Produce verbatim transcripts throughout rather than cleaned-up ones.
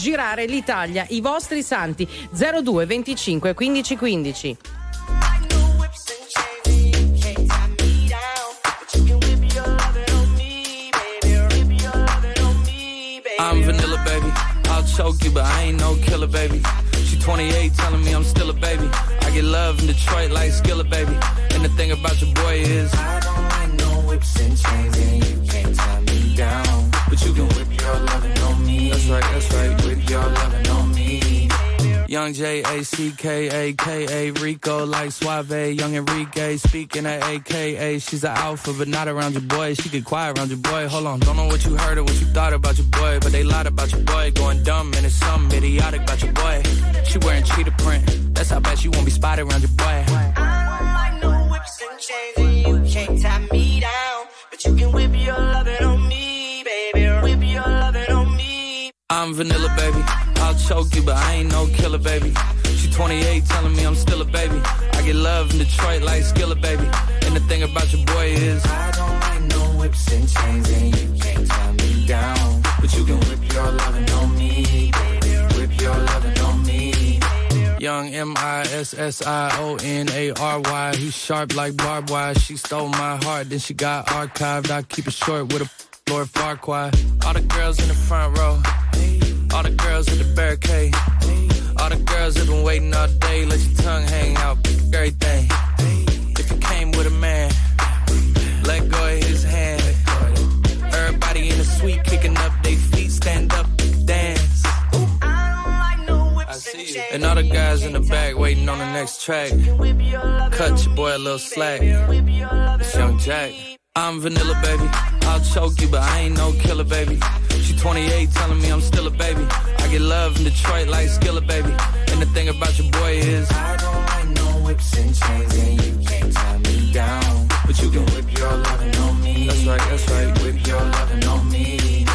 girare l'Italia, i vostri santi. zero due venticinque quindici quindici. I'm vanilla, baby. I'll choke you, but I ain't no killer, baby. She twenty-eight, telling me I'm still a baby. I get love in Detroit like Skillet, baby. And the thing about your boy is I don't like no whips and chains, and you can't tie me down. But you can whip your lovin' on me. That's right, that's right. Whip your lovin' on me. Young J A C K A K A Rico like Suave. Young Enrique speaking at A K A. She's an alpha but not around your boy. She get quiet around your boy. Hold on, don't know what you heard or what you thought about your boy, but they lied about your boy. Going dumb and it's something idiotic about your boy. She wearing cheetah print. That's how bad she won't be spotted around your boy. I don't like no whips and chains, and you can't tie me down. But you can whip your lovin' on me, baby. Whip your lovin' on me. I'm vanilla, baby. I'll choke you, but I ain't no killer, baby. She twenty-eight, telling me I'm still a baby. I get love in Detroit like Skillet, baby. And the thing about your boy is I don't like no whips and chains, and you can't tie me down. But you can whip your lovin' on me, baby. Whip your lovin' on me. Young M I S S I O N A R Y. He's sharp like barbed wire. She stole my heart, then she got archived. I keep it short with a Lord Farquaad. All the girls in the front row, all the girls at the barricade, all the girls have been waiting all day. Let your tongue hang out, everything. If you came with a man, let go of his hand. Everybody in the suite kicking up their feet, stand up, dance. I see you. And all the guys in the back waiting on the next track. Cut your boy a little slack. It's Young Jack. I'm vanilla, baby. I'll choke you, but I ain't no killer, baby. She twenty-eight, telling me I'm still a baby. I get love in Detroit like Skillet, baby. And the thing about your boy is I don't like no whips and chains, and you can't tie me down. But you can whip your lovin' on me. That's right, that's right. Whip your lovin' on me.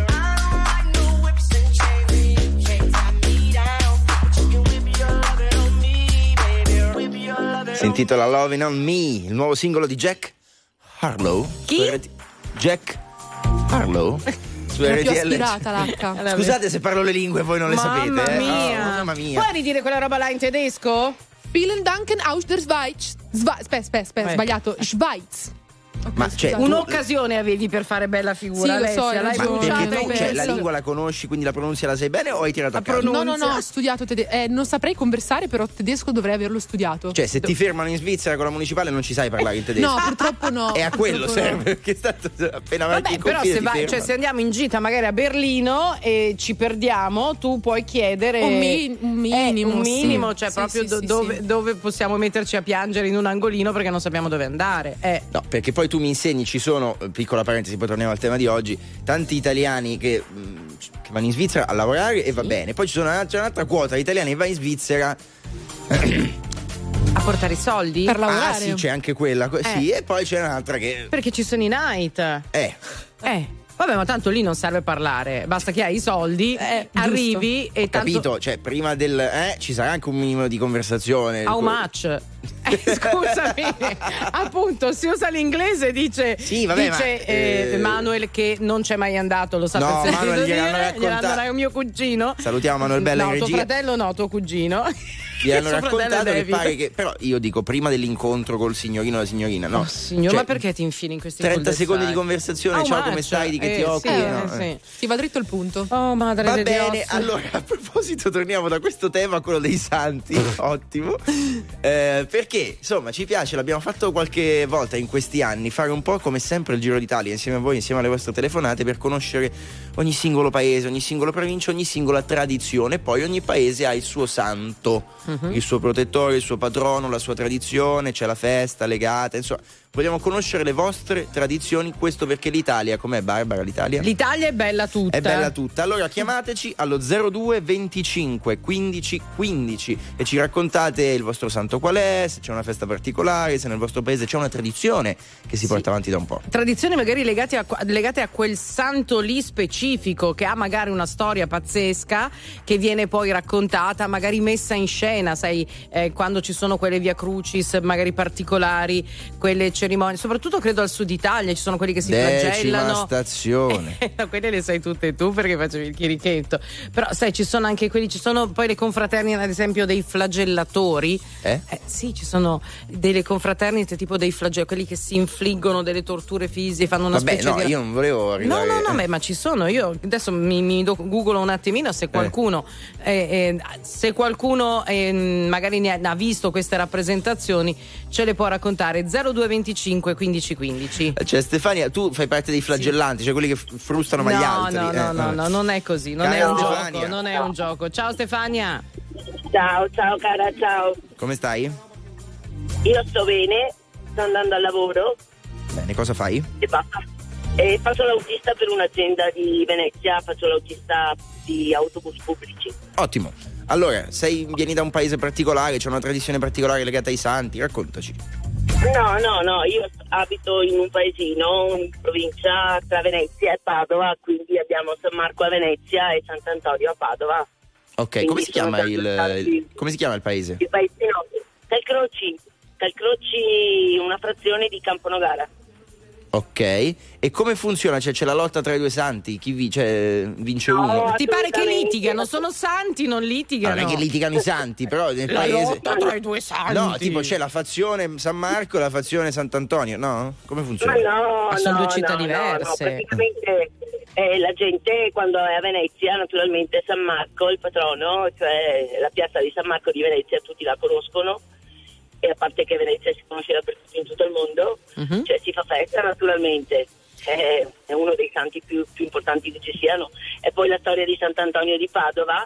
Si intitola Lovin' on Me, il nuovo singolo di Jack Harlow. Chi? Jack Harlow. Su Era più R T L. aspirata l'H. Scusate se parlo le lingue, voi non le Mamma sapete. mia. Eh? Oh, mamma mia. Puoi ridire quella roba là in tedesco? Vielen Danken aus der Schweiz. Sva- aspetta, aspetta, aspetta, Eh. sbagliato. Schweiz. Ok, Ma cioè, scusate. Un'occasione avevi per fare bella figura, Sì, lo so, Alessia, hai l'hai ragione. Ma bruciata perché in tu cioè, la testa. lingua la conosci, quindi la pronuncia la sai bene o hai tirato a La caso? pronuncia- No, no, no, ho studiato tedesco. Eh, non saprei conversare, però tedesco dovrei averlo studiato. Cioè, se ti fermano in Svizzera con la municipale non ci sai parlare in tedesco. No, purtroppo no. E a quello Purtroppo serve, no. perché è stato appena avanti Vabbè, il però confine se, ti vai, cioè, fermano. se andiamo in gita magari a Berlino e ci perdiamo, tu puoi chiedere Un mi- un minimo, eh, un minimo, sì. cioè Sì, proprio sì, do- sì, dove, sì. dove possiamo metterci a piangere in un angolino perché non sappiamo dove andare. Eh. No, perché poi tu mi insegni, ci sono, piccola parentesi, poi torniamo al tema di oggi, tanti italiani che, mh, che vanno in Svizzera a lavorare e va bene, poi ci sono una- c'è un'altra quota di italiani che va in Svizzera A portare i soldi? Per ah lavorare. sì, c'è anche quella, co- sì, e poi c'è un'altra che Perché ci sono i night. eh Eh. Vabbè, ma tanto lì non serve parlare, basta che hai i soldi, Eh, arrivi e ho tanto. capito, cioè prima del eh ci sarà anche un minimo di conversazione. How much? Eh, scusami, appunto si usa l'inglese, dice, Sì, vabbè, dice ma, eh, eh, Manuel che non c'è mai andato, lo No, sapete Manuel gliel'hanno dire, raccontato. gliel'hanno raccontato mio cugino. Salutiamo Manuel Bella in No, tuo regia. fratello no, tuo cugino. Gli hanno Suo fratello raccontato che David. pare che però io dico prima dell'incontro col signorino o la signorina, no? Oh, signor, Cioè, ma perché ti infili in questi trenta cul-de-sac? secondi di conversazione, How ciao, much? come stai, di che ti Eh, occupi? sì, no? eh, sì. Ti va dritto il punto. Oh, madre Va de bene, Dios. allora a proposito torniamo da questo tema a quello dei santi, ottimo, eh, perché insomma ci piace, l'abbiamo fatto qualche volta in questi anni, fare un po' come sempre il Giro d'Italia insieme a voi, insieme alle vostre telefonate, per conoscere ogni singolo paese, ogni singola provincia, ogni singola tradizione, poi ogni paese ha il suo santo, uh-huh. il suo protettore, il suo patrono, la sua tradizione, c'è la festa legata, insomma vogliamo conoscere le vostre tradizioni, questo perché l'Italia, com'è Barbara l'Italia? L'Italia è bella tutta. È bella tutta. Allora chiamateci allo zero due venticinque quindici quindici e ci raccontate il vostro santo qual è, se c'è una festa particolare, se nel vostro paese c'è una tradizione che si Sì. porta avanti da un po'. Tradizioni magari legate a, legate a quel santo lì specifico. specifico che ha magari una storia pazzesca che viene poi raccontata, magari messa in scena, sai, eh, quando ci sono quelle via crucis magari particolari, quelle cerimonie, soprattutto credo al sud Italia ci sono quelli che si Decima flagellano. stazione. No, quelle le sai tutte tu perché facevi il chirichetto, però sai ci sono anche quelli, ci sono poi le confraternite ad esempio dei flagellatori. Eh? Eh, sì, ci sono delle confraternite tipo dei flagelli, quelli che si infliggono delle torture fisiche, fanno una Vabbè, specie no, di... io non volevo No, arrivare. no, no, beh, ma ci sono. Io adesso mi, mi do, googlo un attimino se qualcuno, eh. Eh, se qualcuno eh, magari ne ha, ha visto queste rappresentazioni, ce le può raccontare. zero due venticinque quindici quindici. Cioè, Stefania, tu fai parte dei flagellanti, sì. Cioè quelli che frustano ma no, gli altri. No, no, eh, no, no, non è così. Non Cara è un Stefania. gioco. Non è un gioco. Ciao Stefania. Ciao, ciao cara, ciao. Come stai? Io sto bene, sto andando al lavoro. Bene, cosa fai? E basta. E faccio l'autista per un'azienda di Venezia, faccio l'autista di autobus pubblici. Ottimo. Allora, sei, vieni da un paese particolare, c'è una tradizione particolare legata ai santi, raccontaci. No, no, no, io abito in un paesino in provincia tra Venezia e Padova, quindi abbiamo San Marco a Venezia e Sant'Antonio a Padova. Ok, Quindi come si chiama il, il come si chiama il paese? Il paesino Calcroci, Calcroci, una frazione di Camponogara. Ok, e come funziona? Cioè c'è la lotta tra i due santi? Chi vi, cioè, vince No, uno? Ti pare che assolutamente. litigano? Sono santi, non litigano. Non è che litigano i santi, però nel La paese. lotta tra i due santi. No, tipo c'è la fazione San Marco e la fazione Sant'Antonio, no? Come funziona? Ma no, Ma sono no, due città no, diverse. No, no. Praticamente eh, la gente quando è a Venezia, naturalmente San Marco, il patrono, cioè la piazza di San Marco di Venezia, tutti la conoscono, e a parte che Venezia si conosce dappertutto in tutto il mondo, Mhm. cioè si fa festa naturalmente. È, è uno dei santi più, più importanti che ci siano. E poi la storia di Sant'Antonio di Padova,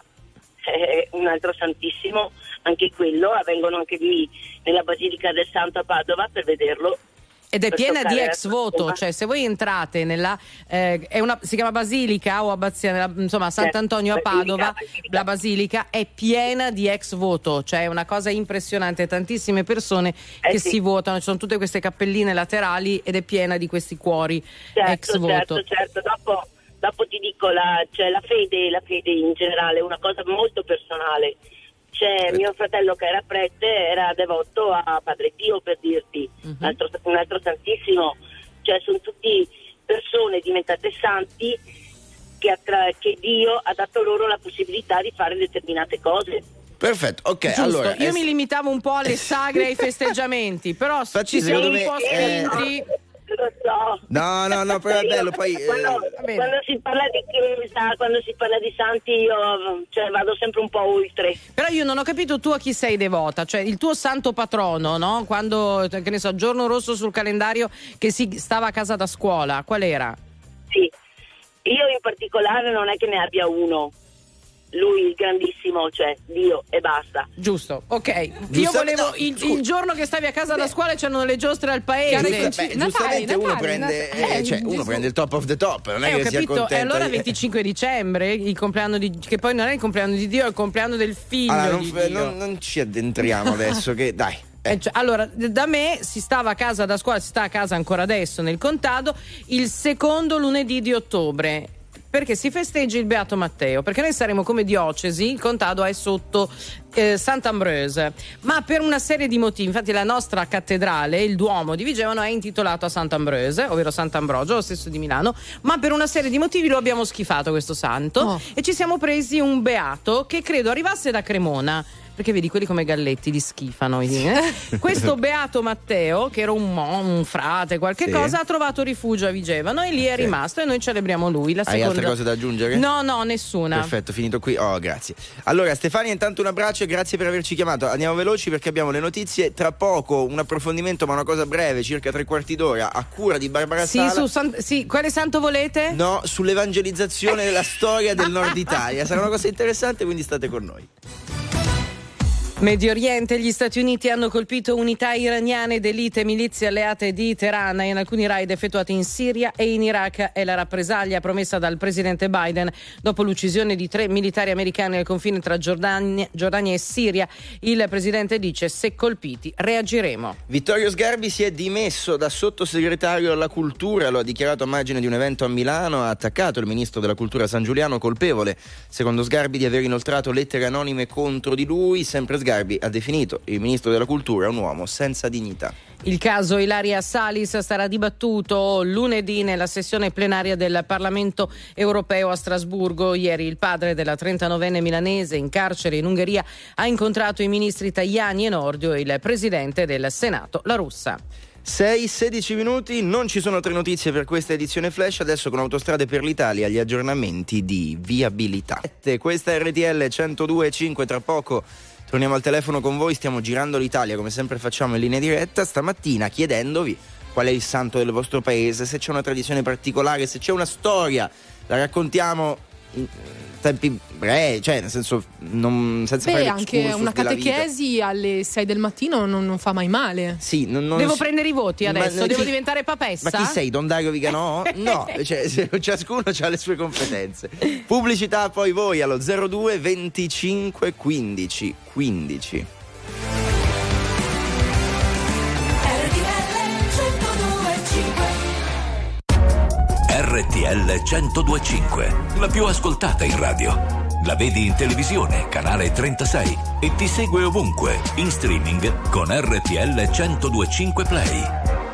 è un altro santissimo, anche quello, avvengono anche lì nella Basilica del Santo a Padova per vederlo. Ed è Per piena di toccare ex la voto, tomba. cioè se voi entrate nella eh, è una, si chiama Basilica o Abbazia, nella- insomma Sant'Antonio a Padova, Basilica, la Basilica è piena di ex voto, cioè è una cosa impressionante, tantissime persone Eh che sì. si votano, ci sono tutte queste cappelline laterali ed è piena di questi cuori ex Certo, voto. certo, certo. Dopo, dopo ti dico, la, cioè, la fede, la fede in generale è una cosa molto personale. C'è mio fratello che era prete, era devoto a Padre Pio, per dirti, Mhm. un, altro, un altro santissimo. Cioè sono tutti persone diventate santi che, attra- che Dio ha dato loro la possibilità di fare determinate cose. Perfetto, ok, Giusto, allora. io eh, mi limitavo un po' alle sagre e ai festeggiamenti, però Infatti, ci siamo secondo un me, po' eh, spinti. Lo so. No, no, no, però è bello, poi, eh, Quando, bene. quando si parla di chiesa, quando si parla di santi, io cioè, vado sempre un po' oltre. Però io non ho capito tu a chi sei devota, cioè il tuo santo patrono, no? Quando, che ne so, giorno rosso sul calendario che si stava a casa da scuola, qual era? Sì, io in particolare non è che ne abbia uno. Lui il grandissimo, cioè Dio e basta. Giusto, ok. Io Giusta- volevo no, il, scusa. il giorno che stavi a casa da scuola c'erano le giostre al paese. Giusta- beh, Natale, giustamente uno Natale, prende, Natale. eh, cioè, Eh, uno giusto. prende il top of the top, non è Eh, ho che si capito, accontenta e allora di- venticinque dicembre, il compleanno di, che poi non è il compleanno di Dio, è il compleanno del figlio Allora, non, di f- Dio. non- non ci addentriamo adesso, che dai. eh. Eh, cioè, allora, d- da me si stava a casa da scuola, si sta a casa ancora adesso nel contado, il secondo lunedì di ottobre. Perché si festeggia il Beato Matteo, perché noi saremo come diocesi, il contado è sotto eh, Sant'Ambroise, ma per una serie di motivi, infatti la nostra cattedrale, il Duomo di Vigevano, è intitolato a Sant'Ambroise, ovvero Sant'Ambrogio, lo stesso di Milano, ma per una serie di motivi lo abbiamo schifato questo santo Oh. e ci siamo presi un beato che credo arrivasse da Cremona. Perché vedi, quelli come Galletti li schifano. eh? Questo Beato Matteo, che era un, mon, un frate, qualche Sì. cosa, ha trovato rifugio a Vigevano e lì è Sì. rimasto e noi celebriamo lui. La Hai seconda... altre cose da aggiungere? No, no, nessuna. Perfetto, finito qui. Oh, grazie. Allora, Stefania, intanto un abbraccio e grazie per averci chiamato. Andiamo veloci perché abbiamo le notizie. Tra poco un approfondimento, ma una cosa breve, circa tre quarti d'ora, a cura di Barbara Sì, Sala. su San... sì, quale santo volete? No, sull'evangelizzazione della storia del nord Italia. Sarà una cosa interessante, quindi state con noi. Medio Oriente, gli Stati Uniti hanno colpito unità iraniane d'elite e milizie alleate di Teheran in alcuni raid effettuati in Siria e in Iraq. È la rappresaglia promessa dal presidente Biden dopo l'uccisione di tre militari americani al confine tra Giordania, Giordania e Siria. Il presidente dice: se colpiti reagiremo. Vittorio Sgarbi si è dimesso da sottosegretario alla cultura, lo ha dichiarato a margine di un evento a Milano, ha attaccato il ministro della cultura San Giuliano, colpevole secondo Sgarbi di aver inoltrato lettere anonime contro di lui. Sempre Sgarbi ha definito il ministro della cultura un uomo senza dignità. Il caso Ilaria Salis sarà dibattuto lunedì nella sessione plenaria del Parlamento europeo a Strasburgo. Ieri il padre della trentanovenne milanese in carcere in Ungheria ha incontrato i ministri Tajani e Nordio e il presidente del Senato La Russa. sei sedici minuti, non ci sono tre notizie per questa edizione flash. Adesso con Autostrade per l'Italia gli aggiornamenti di viabilità. Questa è R T L centodue e cinque, tra poco torniamo al telefono con voi, stiamo girando l'Italia come sempre facciamo in linea diretta, stamattina chiedendovi qual è il santo del vostro paese, se c'è una tradizione particolare, se c'è una storia, la raccontiamo in tempi brevi, cioè nel senso non, senza Beh, fare anche una catechesi alle sei del mattino non, non fa mai male. Sì, non, non Devo si... prendere i voti adesso, Ma, devo chi... diventare papessa? Ma chi sei, Don Dario Viganò? No, cioè, ciascuno ha le sue competenze. Pubblicità, poi voi allo zero due venticinque quindici quindici. R T L centodue e cinque, la più ascoltata in radio. La vedi in televisione, canale trentasei, e ti segue ovunque, in streaming con R T L centodue e cinque Play.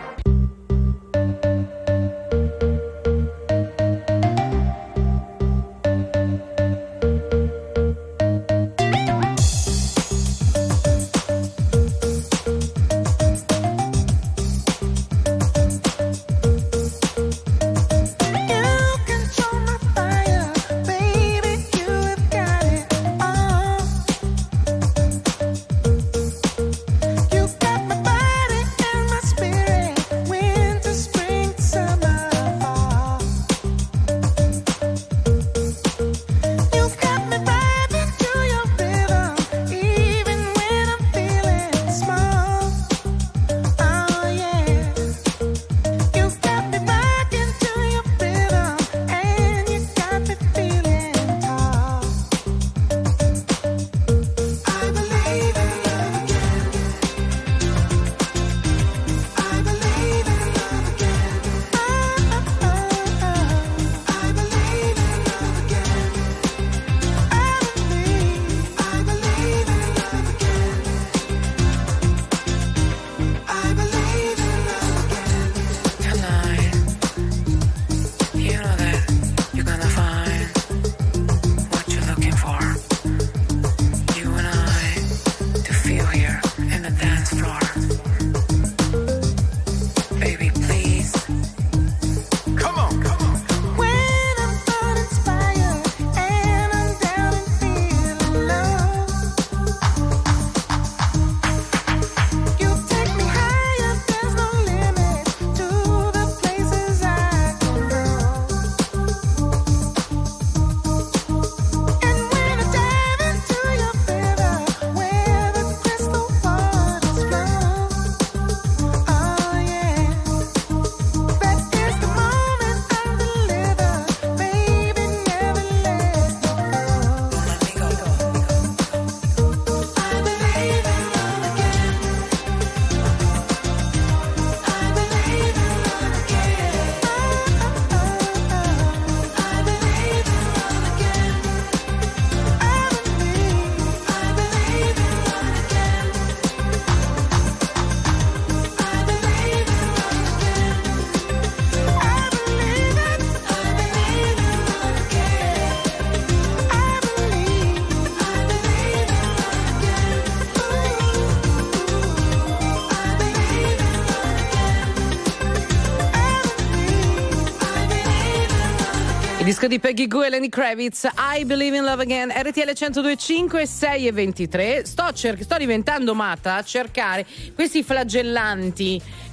Disco di Peggy Gou e Lenny Kravitz, I Believe in Love Again. R T L centodue e cinque, sei e ventitré. Sto, cer- sto diventando matta a cercare questi flagellanti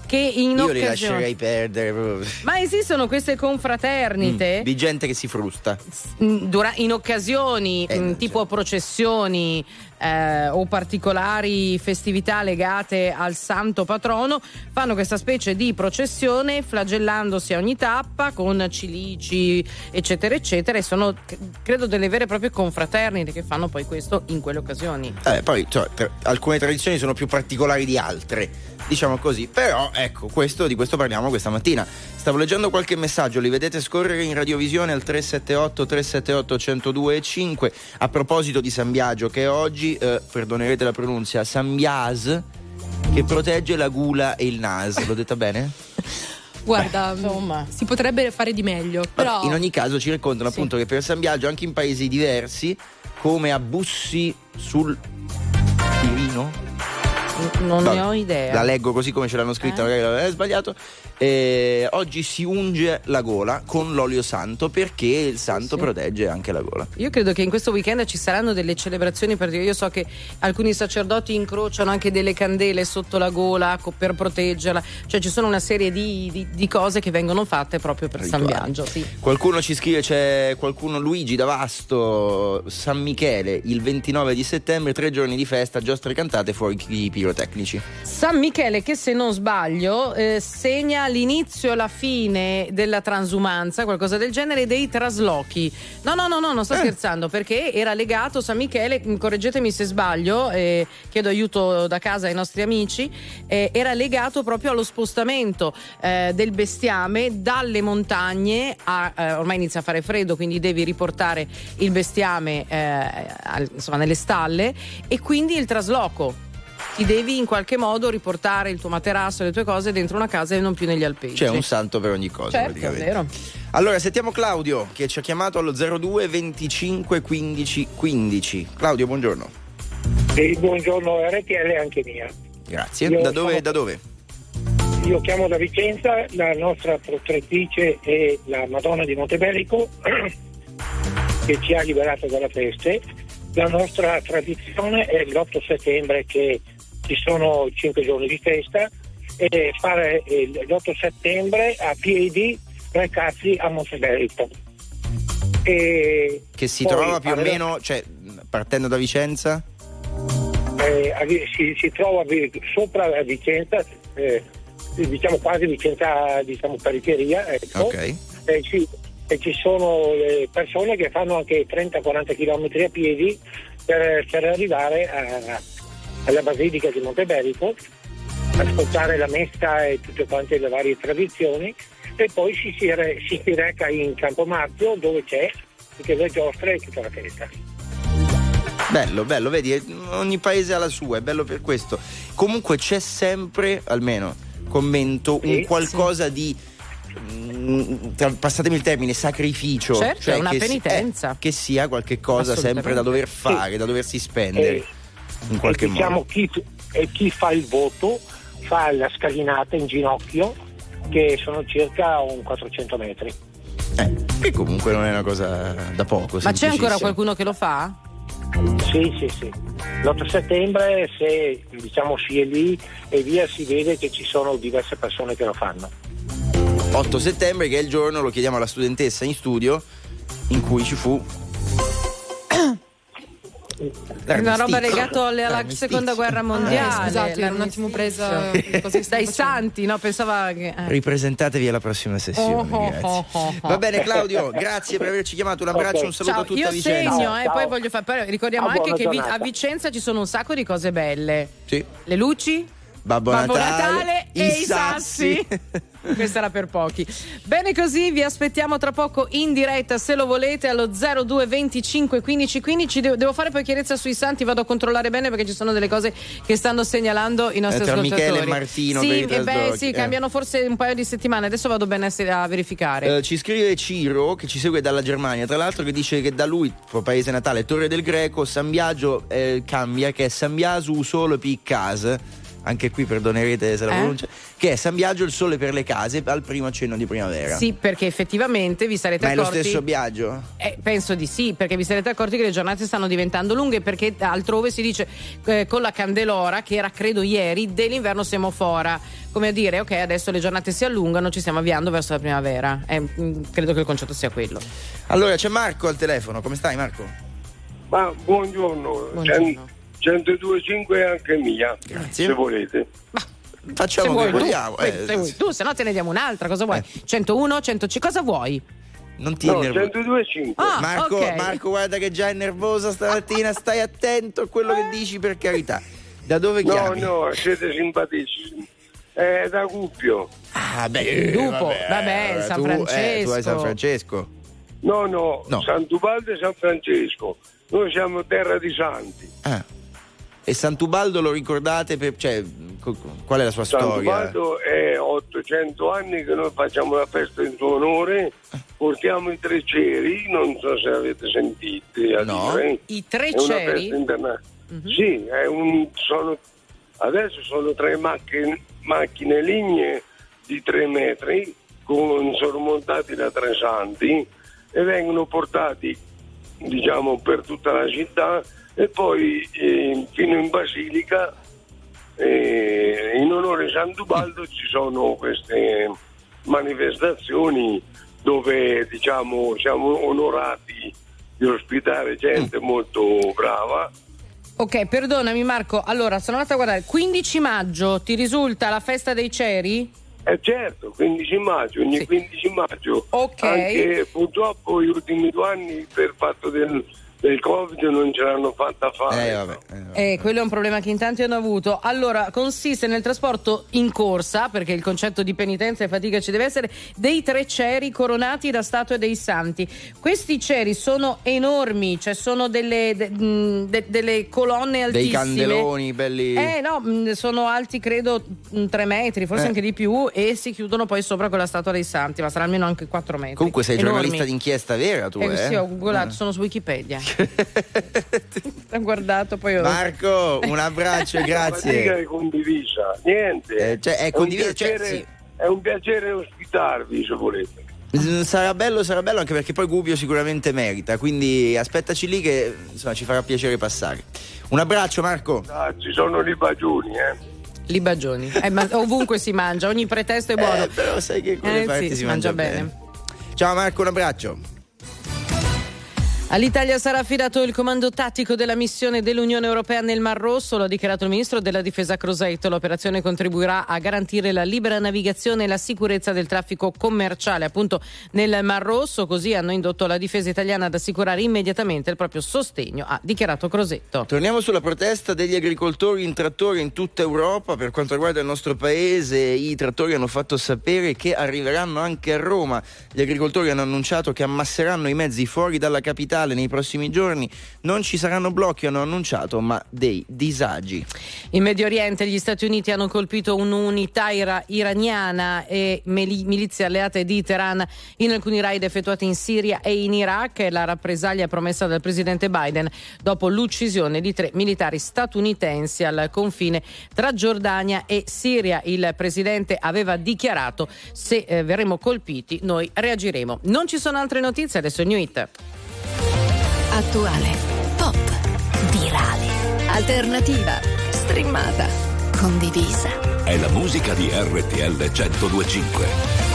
che in Io occasione... li lascerei perdere proprio. Ma esistono queste confraternite Mm, di gente che si frusta. mh, dura- in occasioni Eh, mh, non tipo c'è. processioni eh, o particolari festività legate al santo patrono, fanno questa specie di processione flagellandosi a ogni tappa con cilici eccetera eccetera, e sono c- credo delle vere e proprie confraternite che fanno poi questo in quelle occasioni. Eh, poi cioè, tra- alcune tradizioni sono più particolari di altre, diciamo così, però ecco, questo, di questo parliamo questa mattina. Stavo leggendo qualche messaggio, li vedete scorrere in radiovisione al tre sette otto tre sette otto uno zero due cinque. A proposito di San Biagio, che oggi, eh, perdonerete la pronuncia, San Bias, che protegge la gula e il naso. L'ho detta bene? Guarda, Beh, insomma. si potrebbe fare di meglio, però In ogni caso ci raccontano Sì. appunto che per San Biagio anche in paesi diversi, come a Bussi sul Tirino, N- non Vabbè, ne ho idea. la leggo così come ce l'hanno scritta, Eh? magari è sbagliato. Eh, oggi si unge la gola con l'olio santo perché il santo sì. protegge anche la gola. Io credo che in questo weekend ci saranno delle celebrazioni particolari. Io so che alcuni sacerdoti incrociano anche delle candele sotto la gola co- per proteggerla, cioè ci sono una serie di, di- di cose che vengono fatte proprio per San Rituali. Biagio. Sì. Qualcuno ci scrive, c'è qualcuno, Luigi da Vasto, San Michele il ventinove di settembre, tre giorni di festa, giostre cantate, fuochi pirotecnici. San Michele che, se non sbaglio, eh, segna l'inizio e la fine della transumanza, qualcosa del genere, dei traslochi. No, no, no, no, non sto Eh. scherzando, perché era legato San Michele, mh, correggetemi se sbaglio, eh, chiedo aiuto da casa ai nostri amici, eh, era legato proprio allo spostamento eh, del bestiame dalle montagne a, eh, ormai inizia a fare freddo, quindi devi riportare il bestiame eh, al- insomma nelle stalle, e quindi il trasloco. Ti devi in qualche modo riportare il tuo materasso e le tue cose dentro una casa e non più negli alpeggi. C'è un santo per ogni cosa, Certo, è praticamente. vero. Allora, sentiamo Claudio che ci ha chiamato allo zero due venticinque quindici quindici. Claudio, buongiorno. Sì, buongiorno R T L anche mia. Grazie. Io Da dove? sono- Da dove? Io chiamo da Vicenza, la nostra protettrice è la Madonna di Montebellico che ci ha liberato dalla peste. La nostra tradizione è l'otto settembre, che ci sono cinque giorni di festa, e fare eh, l'otto settembre a piedi recarsi a Montebellico. E Che si poi trova più o fare- meno, cioè partendo da Vicenza? eh, a Vi- si, si trova vi- sopra a Vicenza, eh, diciamo quasi Vicenza, diciamo periferia, ecco. Ok. E ci, e ci sono le persone che fanno anche trenta quaranta chilometri a piedi per, per arrivare a- alla Basilica di Montebellico, ascoltare la messa e tutte quante le varie tradizioni, e poi si si, re- si, si reca in Campomarzio, dove c'è tutte le giostre e tutta la festa. Bello, bello, vedi, ogni paese ha la sua, è bello per questo. Comunque c'è sempre, almeno commento, Sì, un qualcosa di, mm, tra- passatemi il termine, sacrificio. Certo, cioè è una che si- penitenza. eh, che sia qualche cosa sempre da dover fare, da doversi spendere, Eh, in qualche e diciamo modo. chi, e chi fa il voto fa la scalinata in ginocchio, che sono circa un quattrocento metri. Eh, che comunque non è una cosa da poco. Ma c'è ancora semplicissima. qualcuno che lo fa? Sì, sì, sì. L'otto settembre, se diciamo si è lì e via, si vede che ci sono diverse persone che lo fanno. otto settembre, che è il giorno, lo chiediamo alla studentessa in studio, in cui ci fu Una roba l'armistizio. legata alla L'armistizio. seconda guerra Eh, mondiale. scusate, ero un attimo presa così dai santi, no? Pensava che. eh. Ripresentatevi alla prossima sessione. Oh, oh, grazie. oh, oh, oh. Va bene, Claudio, grazie per averci chiamato. Un abbraccio, Ok. un saluto Ciao, a tutta io Vicenza. segno, eh, Ciao. poi voglio fare. Però ricordiamo Ah, anche buona che vi- giornata. a Vicenza ci sono un sacco di cose belle. Sì. Le luci, Babbo, Babbo Natale, Natale e i sassi. Questa era per pochi. Bene così, vi aspettiamo tra poco in diretta, se lo volete, allo zero due venticinque quindici quindici. Devo, devo fare poi chiarezza sui santi, vado a controllare bene perché ci sono delle cose che stanno segnalando i nostri Eh, tra ascoltatori. Michele e Martino per Sì, i e beh, traslochi, sì, eh. cambiano forse un paio di settimane. Adesso vado bene a, se- a verificare. Eh, ci scrive Ciro, che ci segue dalla Germania, tra l'altro, che dice che da lui, suo paese natale, Torre del Greco, San Biagio eh, cambia, che è San Biasu solo per casa. anche qui perdonerete se la Eh? pronuncia, che è San Biagio il sole per le case al primo accenno di primavera. Sì, perché effettivamente vi sarete Ma è lo accorti. stesso Biagio? Eh, penso di sì, perché vi sarete accorti che le giornate stanno diventando lunghe, perché altrove si dice eh, con la candelora, che era credo ieri, dell'inverno siamo fora. Come a dire, ok, adesso le giornate si allungano, ci stiamo avviando verso la primavera. Eh, mh, credo che il concetto sia quello. Allora c'è Marco al telefono, come stai Marco? Ma buongiorno, Buongiorno. centodue e cinque anche mia, Grazie. se volete. Facciamo se che vuoi tu, vogliamo. eh, eh, se vuoi tu, se no te ne diamo un'altra, cosa vuoi? centouno, centocinque, cosa vuoi? Non ti No, innervo- centodue e cinque. Ah, Marco, ok. Marco, guarda che già è nervosa stamattina, stai attento a quello che dici, per carità. Da dove No, chiami? no, siete simpaticissimi. È da Gubbio. Ah, beh, Il Dupo, vabbè, allora, San tu, eh, tu hai San Francesco. Francesco. No, no, No. Sant'Ubaldo e San Francesco. Noi siamo terra di santi. Ah. E Sant'Ubaldo lo ricordate per, cioè, co- qual è la sua storia? Sant'Ubaldo è ottocento anni che noi facciamo la festa in suo onore, portiamo i tre ceri, non so se avete sentito a No. dire. I tre È una ceri? festa internazionale. Sì, è un, sono, adesso sono tre macchine, macchine lignee di tre metri con, sormontati da tre santi e vengono portati, diciamo, per tutta la città e poi eh, fino in Basilica. Eh, in onore di Sant'Ubaldo ci sono queste manifestazioni dove, diciamo, siamo onorati di ospitare gente molto brava. Ok, perdonami Marco, allora sono andata a guardare, quindici maggio ti risulta la festa dei ceri? Eh certo, quindici maggio, ogni Sì. quindici maggio. Ok. Anche purtroppo gli ultimi due anni per fatto del, del Covid non ce l'hanno fatta fare. Eh, vabbè, eh, vabbè. Eh, quello è un problema che in tanti hanno avuto. Allora, consiste nel trasporto in corsa, perché il concetto di penitenza e fatica ci deve essere, dei tre ceri coronati da statue dei santi. Questi ceri sono enormi, cioè sono delle, de- mh, de- delle colonne altissime. Dei candeloni belli. Eh no, mh, sono alti credo mh, tre metri, forse Eh. anche di più, e si chiudono poi sopra con la statua dei santi, ma sarà almeno anche quattro metri. Comunque sei Enormi. giornalista d'inchiesta vera tu, Eh, eh? sì, ho googolato, sono su Wikipedia. Ho guardato, poi ho... Marco, un abbraccio e La fatica grazie. è condivisa, niente. Eh, cioè, è un condiviso, cioè, piacere- sì. È un piacere ospitarvi, se volete. Mm, Sarà bello, sarà bello anche perché poi Gubbio sicuramente merita, quindi aspettaci lì che insomma ci farà piacere passare. Un abbraccio Marco. Ah, ci sono i bagioni, eh. Libagioni. Eh, ma ovunque si mangia, ogni pretesto è buono. Eh, però sai che con Eh, le parti sì, si si mangia, mangia bene. bene. Ciao Marco, un abbraccio. All'Italia sarà affidato il comando tattico della missione dell'Unione Europea nel Mar Rosso, lo ha dichiarato il ministro della Difesa Crosetto. L'operazione contribuirà a garantire la libera navigazione e la sicurezza del traffico commerciale appunto nel Mar Rosso, così hanno indotto la difesa italiana ad assicurare immediatamente il proprio sostegno, ha dichiarato Crosetto. Torniamo sulla protesta degli agricoltori in trattore in tutta Europa. Per quanto riguarda il nostro paese, i trattori hanno fatto sapere che arriveranno anche a Roma. Gli agricoltori hanno annunciato che ammasseranno i mezzi fuori dalla capitale nei prossimi giorni. Non ci saranno blocchi, hanno annunciato, ma dei disagi. In Medio Oriente gli Stati Uniti hanno colpito un'unità ira- iraniana e mili- milizie alleate di Teheran in alcuni raid effettuati in Siria e in Iraq. È la rappresaglia promessa dal presidente Biden dopo l'uccisione di tre militari statunitensi al confine tra Giordania e Siria. Il presidente aveva dichiarato: se eh, verremo colpiti noi reagiremo. Non ci sono altre notizie, adesso il New Hit. Attuale, pop, virale, alternativa, streamata, condivisa. È la musica di R T L centodue e cinque.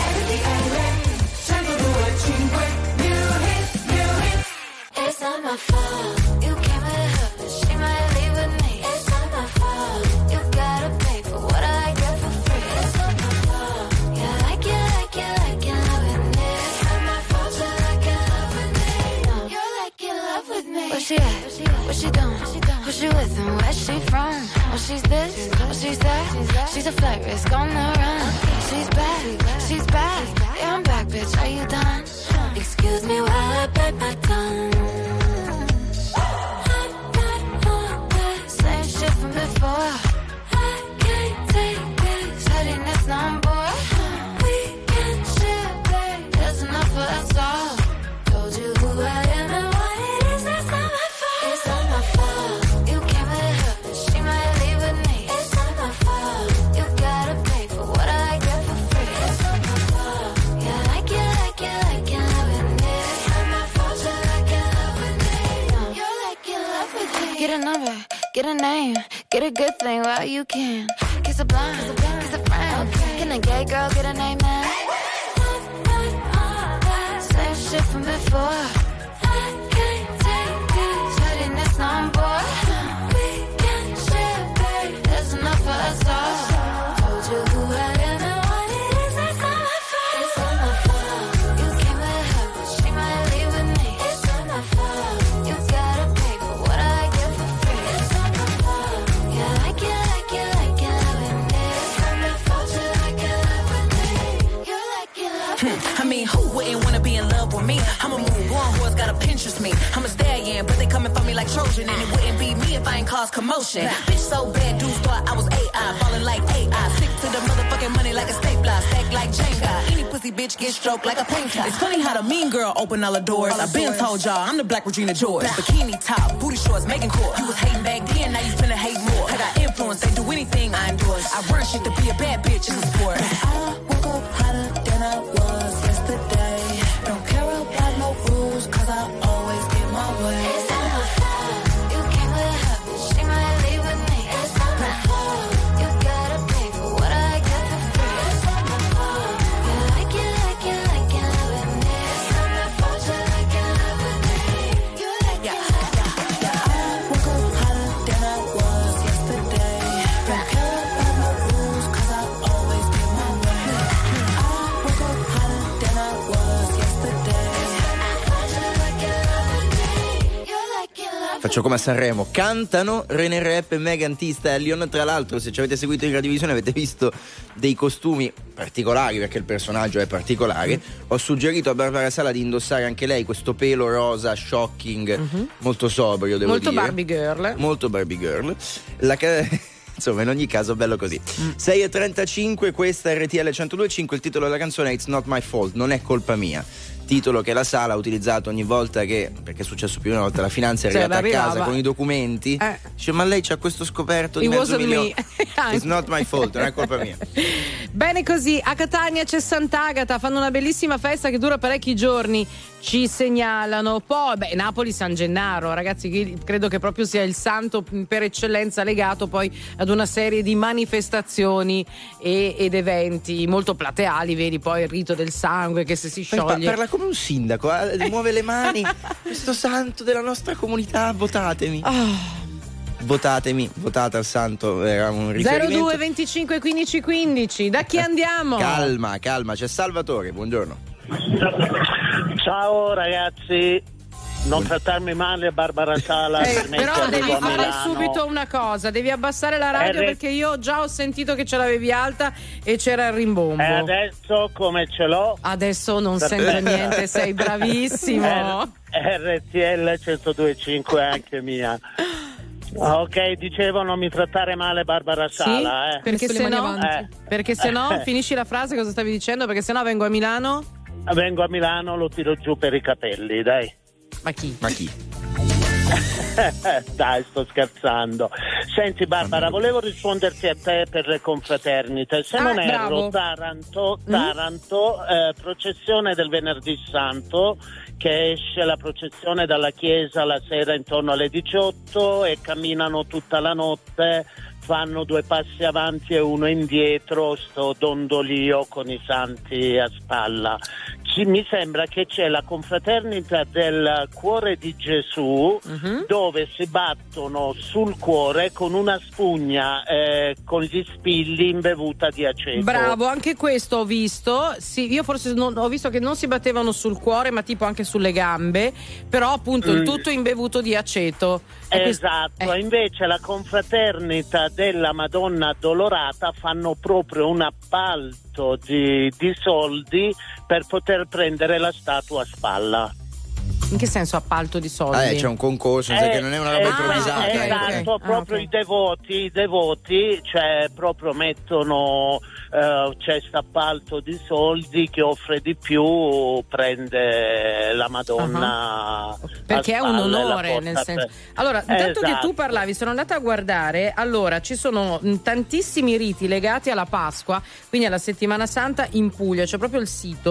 It's not my fault. You came with her, but she might leave with me. It's not my fault. You gotta pay for what I get for free. It's not my fault. Yeah, like you, like you, like you love with me. It's not my fault. You like you love with me. No, you're like you love with me. Where she at? What she doing? Who she with and where she from? Oh, she's this, oh, she's that. She's a flight risk on the run. She's back, she's back. Yeah, I'm back, bitch. Are you done? Excuse me while I bite my tongue. I got all that same shit from before. I can't take it. Setting this number. We can share, babe. There's enough for us all. Told you who I am and what it is. That's not my fault. It's not my fault. You came with her, but she might leave with me. It's not my fault. Get a number, get a name, get a good thing while you can. Kiss a blind, kiss a friend. Can a gay girl get a name now? Same shit from before. I can't take it, shutting this on board. We can share, babe. There's enough for us all. Told you who I am and what it is. It's not my fault. It's not my fault. You came with her, but she might leave with me. It's not my fault. You gotta pay for what I get for free. It's not my fault. Yeah, I can, I can, I can love it. It's not my fault. You like it, love with me. You like it, love with me. I mean, who wouldn't wanna be in love with me? I'm a move on, who's gotta Pinterest me. I'm a stallion, but they coming for me like Trojan. And it wouldn't be me if I ain't cause commotion. Bitch so bad, dudes thought I was A I, falling like A I. Stick to the motherfucking money like a stapler, stack like Jenga. Any pussy bitch get stroked like a painter. It's funny how the mean girl open all the doors. I been told y'all I'm the Black Regina George. Bikini top, booty shorts, making court. You was hating back then, now you finna hate more. I got influence, they do anything I endorse. I run shit to be a bad bitch in the sport. I woke up hotter than I was yesterday. Don't care about no rules, cause I always get my way. It's not my fault. You came with her, but she might leave with me. It's not my fault. You gotta pay for what I get for free. It's not my fault. You like it, like it, like it, love with me. It's not my fault. You like it, love with me. You like it, love with me. I woke up hotter than I was yesterday. Don't care about no rules, cause I always get my way. I woke up hotter than I was yesterday. Faccio come a Sanremo, cantano René Rap e Megan Thee Stallion. Tra l'altro, se ci avete seguito in radiovisione avete visto dei costumi particolari, perché il personaggio è particolare. Mm. Ho suggerito a Barbara Sala di indossare anche lei questo pelo rosa shocking, mm-hmm. molto sobrio, devo molto dire. Barbie girl. Molto Barbie girl. La ca- Insomma, in ogni caso, bello così. Mm. sei e trentacinque, questa è R T L centodue e cinque. Il titolo della canzone è It's Not My Fault, non è colpa mia. Titolo che la Sala ha utilizzato ogni volta che, perché è successo più di una volta, la finanza è cioè, arrivata a arrivava. casa con i documenti. Eh. Dice, ma lei c'ha questo scoperto di It mezzo wasn't milione. me. It's not my fault, non è colpa mia. Bene così, a Catania c'è Sant'Agata, fanno una bellissima festa che dura parecchi giorni, ci segnalano. Poi, beh, Napoli San Gennaro, ragazzi, credo che proprio sia il santo per eccellenza legato poi ad una serie di manifestazioni e, ed eventi molto plateali, vedi poi il rito del sangue che se si scioglie. Parla come un sindaco, eh? Muove le mani, questo santo della nostra comunità, votatemi. Oh. Votatemi, votate al santo, era un riferimento. zero due venticinque quindici quindici, da chi andiamo? Calma, calma, c'è Salvatore, buongiorno. Ciao ragazzi, non trattarmi male Barbara Sala. Eh, per me però devi fare Milano. subito una cosa, devi abbassare la radio, R- perché io già ho sentito che ce l'avevi alta e c'era il rimbombo. E adesso come ce l'ho? Adesso non sembra niente, sei bravissimo. R T L centodue e cinque anche mia. Ok, dicevo non mi trattare male Barbara Sala, sì? eh. Perché se no, eh. perché se no finisci la frase, cosa stavi dicendo? Perché se no vengo a Milano? Vengo a Milano, lo tiro giù per i capelli, dai. Ma chi? Ma chi? Dai, sto scherzando. Senti Barbara, volevo risponderti a te per le confraternite. Se ah, non bravo. erro, Taranto, Taranto mm? eh, processione del Venerdì Santo, che esce la processione dalla chiesa la sera intorno alle diciotto e camminano tutta la notte, fanno due passi avanti e uno indietro, sto dondolio con i santi a spalla. Ci, mi sembra che c'è la confraternita del Cuore di Gesù, uh-huh. dove si battono sul cuore con una spugna eh, con gli spilli imbevuta di aceto. Bravo, anche questo ho visto. Sì, io forse non, ho visto che non si battevano sul cuore, ma tipo anche sulle gambe, però appunto mm. il tutto imbevuto di aceto. Esatto, questo, eh. invece la confraternita della Madonna Addolorata fanno proprio un appalto di, di soldi per poter prendere la statua a spalla. In che senso appalto di soldi? Ah, eh, c'è un concorso, eh, che non è una roba eh, improvvisata. Eh, esatto, okay. proprio ah, okay. i devoti, i devoti, cioè proprio mettono, uh, c'è appalto di soldi, chi offre di più prende la Madonna. Uh-huh. Perché è un onore, nel senso. Allora, intanto esatto. che tu parlavi, sono andata a guardare, allora ci sono tantissimi riti legati alla Pasqua, quindi alla Settimana Santa in Puglia, c'è proprio il sito.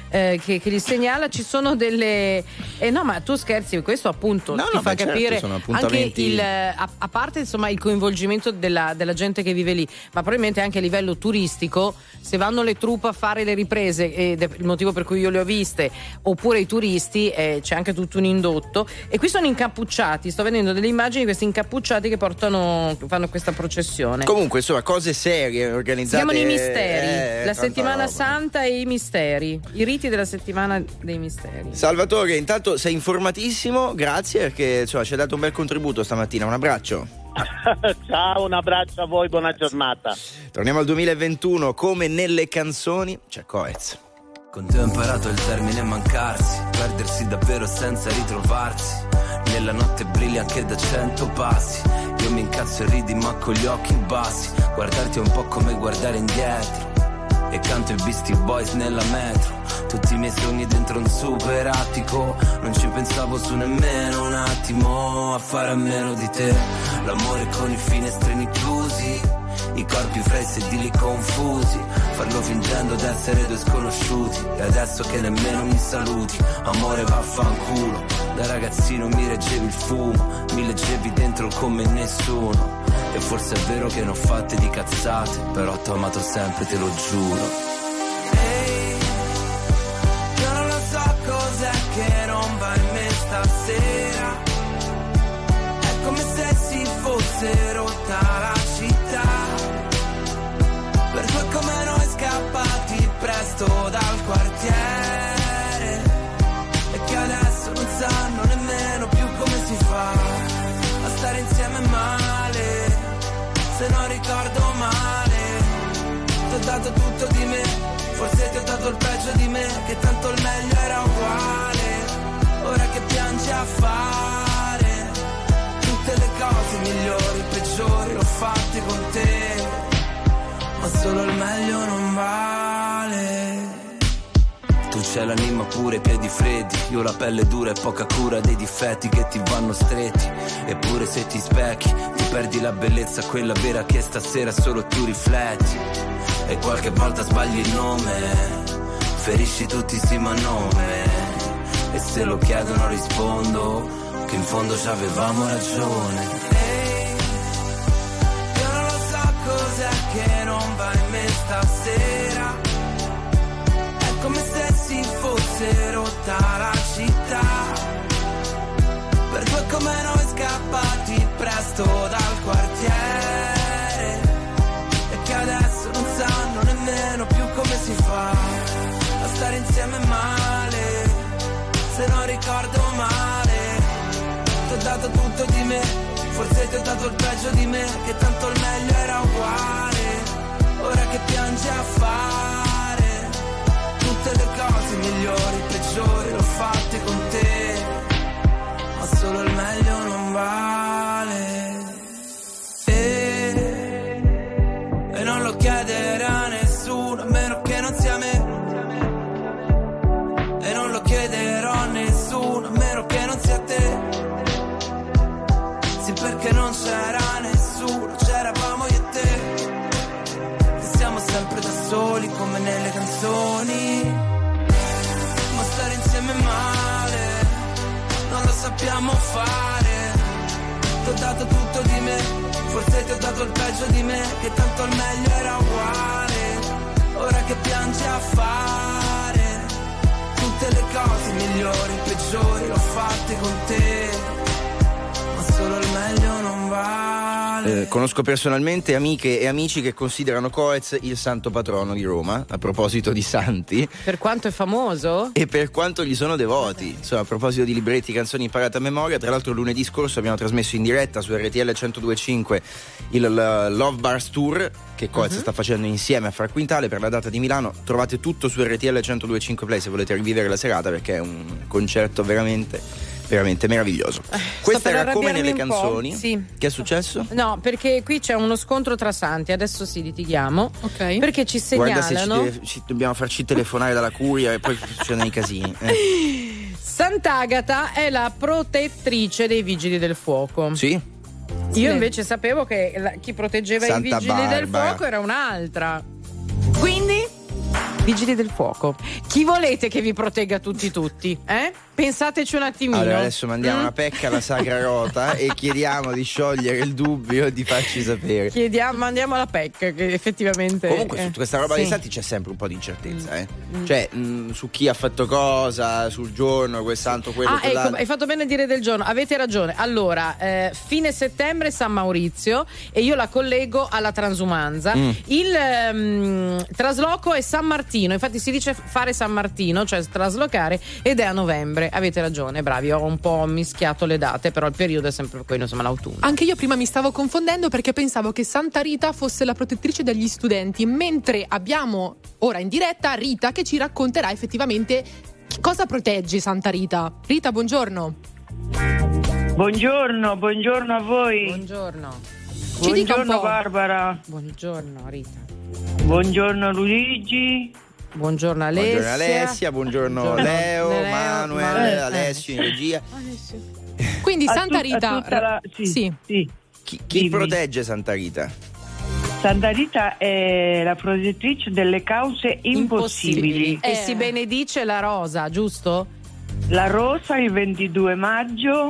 eh, che, che gli segnala. Ci sono delle eh, no, ma tu scherzi, questo appunto No, ti no, fa beh, certo, capire sono anche appuntamenti- il a, a parte insomma il coinvolgimento della, della gente che vive lì, ma probabilmente anche a livello turistico, se vanno le troupe a fare le riprese, ed è il motivo per cui io le ho viste, oppure i turisti, eh, c'è anche tutto un indotto. E qui sono incappucciati, sto vedendo delle immagini di questi incappucciati che portano, fanno questa processione. Comunque, insomma, cose serie Si organizzate. chiamano i misteri, eh, la tanta settimana roba. santa e i misteri, i riti della settimana dei misteri. Salvatore, intanto sei informatissimo, grazie perché insomma, ci hai dato un bel contributo stamattina. Un abbraccio. Ciao, un abbraccio a voi, buona giornata. Torniamo al duemilaventuno, come nelle canzoni c'è Coez. Con te ho imparato il termine mancarsi, perdersi davvero senza ritrovarsi. Nella notte brilli anche da cento passi. Io mi incazzo e ridi ma con gli occhi bassi. Guardarti è un po' come guardare indietro. E canto i Beastie Boys nella metro. Tutti i miei sogni dentro un super attico. Non ci pensavo su nemmeno un attimo a fare a meno di te. L'amore con i finestrini chiusi, i corpi fra i sedili confusi. Farlo fingendo d'essere due sconosciuti. E adesso che nemmeno mi saluti, amore vaffanculo. Da ragazzino mi reggevi il fumo, mi leggevi dentro come nessuno. E forse è vero che ne ho fatte di cazzate, però t'ho amato sempre, te lo giuro. Ehi, io non lo so cos'è che non va in me stasera. È come se si fosse rotta la città. Per due come noi scappati presto dal quartiere. E che adesso non sanno nemmeno più come si fa a stare insieme male. Se non ricordo male, ti ho dato tutto di me, forse ti ho dato il peggio di me, che tanto il meglio era uguale. Ora che piangi a fare tutte le cose migliori, peggiori, l'ho fatte con te, ma solo il meglio non vale. Tu c'hai l'anima pure, i piedi freddi, io la pelle dura e poca cura dei difetti che ti vanno stretti. Eppure se ti specchi, ti perdi la bellezza, quella vera che stasera solo tu rifletti. E qualche volta sbagli il nome, ferisci tutti sì ma nome. E se lo chiedono rispondo che in fondo ci avevamo ragione. Ehi, io non lo so cos'è che non va in me stasera. Come se si fosse rotta la città. Per due come noi scappati presto dal quartiere. E che adesso non sanno nemmeno più come si fa a stare insieme male. Se non ricordo male, ti ho dato tutto di me, forse ti ho dato il peggio di me, che tanto il meglio era uguale. Ora che piangi a fare tutte le cose migliori, peggiori, l'ho fatte con te, ma solo il meglio non vale. E, e non lo chiederà a nessuno, a meno che non sia me. E non lo chiederò a nessuno, a meno che non sia te. Sì, perché non c'era nessuno, c'eravamo io e te. E siamo sempre da soli come nelle canzoni. Ma stare insieme male, non lo sappiamo fare. Ti ho dato tutto di me, forse ti ho dato il peggio di me, che tanto il meglio era uguale. Ora che piangi a fare tutte le cose migliori, peggiori, l'ho fatte con te, ma solo il meglio non vale. Eh, conosco personalmente amiche e amici che considerano Coez il santo patrono di Roma, a proposito di santi. Per quanto è famoso? E per quanto gli sono devoti. Insomma, a proposito di libretti, canzoni imparate a memoria, tra l'altro lunedì scorso abbiamo trasmesso in diretta su R T L centodue e cinque il uh, Love Bars Tour che Coez uh-huh. sta facendo insieme a Far Quintale per la data di Milano. Trovate tutto su R T L centodue e cinque Play se volete rivivere la serata, perché è un concerto veramente veramente meraviglioso. Eh, Questa era come nelle canzoni. Sì. Che è successo? No, perché qui c'è uno scontro tra santi, adesso sì litighiamo. Ok. Perché ci segnalano. Guarda se ci, deve, ci dobbiamo farci telefonare dalla curia e poi succedono i casini. Eh. Sant'Agata è la protettrice dei vigili del fuoco. Sì. Io invece sapevo che la, chi proteggeva Santa i vigili Barbara. del fuoco era un'altra. Quindi Vigili del fuoco. Chi volete che vi protegga tutti tutti? Eh? Pensateci un attimino. Allora adesso mandiamo Mm? una pecca alla Sacra Rota e chiediamo di sciogliere il dubbio e di farci sapere. Chiediamo, mandiamo la P E C che effettivamente. Comunque su questa roba sì. dei santi c'è sempre un po' di incertezza, eh? Cioè mh, su chi ha fatto cosa, sul giorno, quel santo, quello, Ah, ecco, quell'altro. hai fatto bene a dire del giorno, avete ragione. Allora, eh, fine settembre San Maurizio e io la collego alla transumanza. Mm. Il ehm, trasloco è San Martino, infatti si dice fare San Martino, cioè traslocare, ed è a novembre. Avete ragione, bravi, ho un po' mischiato le date, però il periodo è sempre quello, insomma, l'autunno. Anche io prima mi stavo confondendo perché pensavo che Santa Rita fosse la protettrice degli studenti, mentre abbiamo ora in diretta Rita che ci racconterà effettivamente cosa protegge Santa Rita. Rita, buongiorno. Buongiorno, buongiorno a voi. Buongiorno. Ci dica un Buongiorno po'. Barbara. Buongiorno Rita. Buongiorno Luigi. Buongiorno Alessia. Buongiorno Alessia, buongiorno, Buongiorno Leo, Leo, Manuel, Manuel. Alessio in regia. Quindi A Santa tut- a Rita tutta la- sì, sì. sì. Chi, chi Dimmi. protegge Santa Rita? Santa Rita è la protettrice delle cause impossibili. E si benedice la rosa, giusto? La rosa il ventidue maggio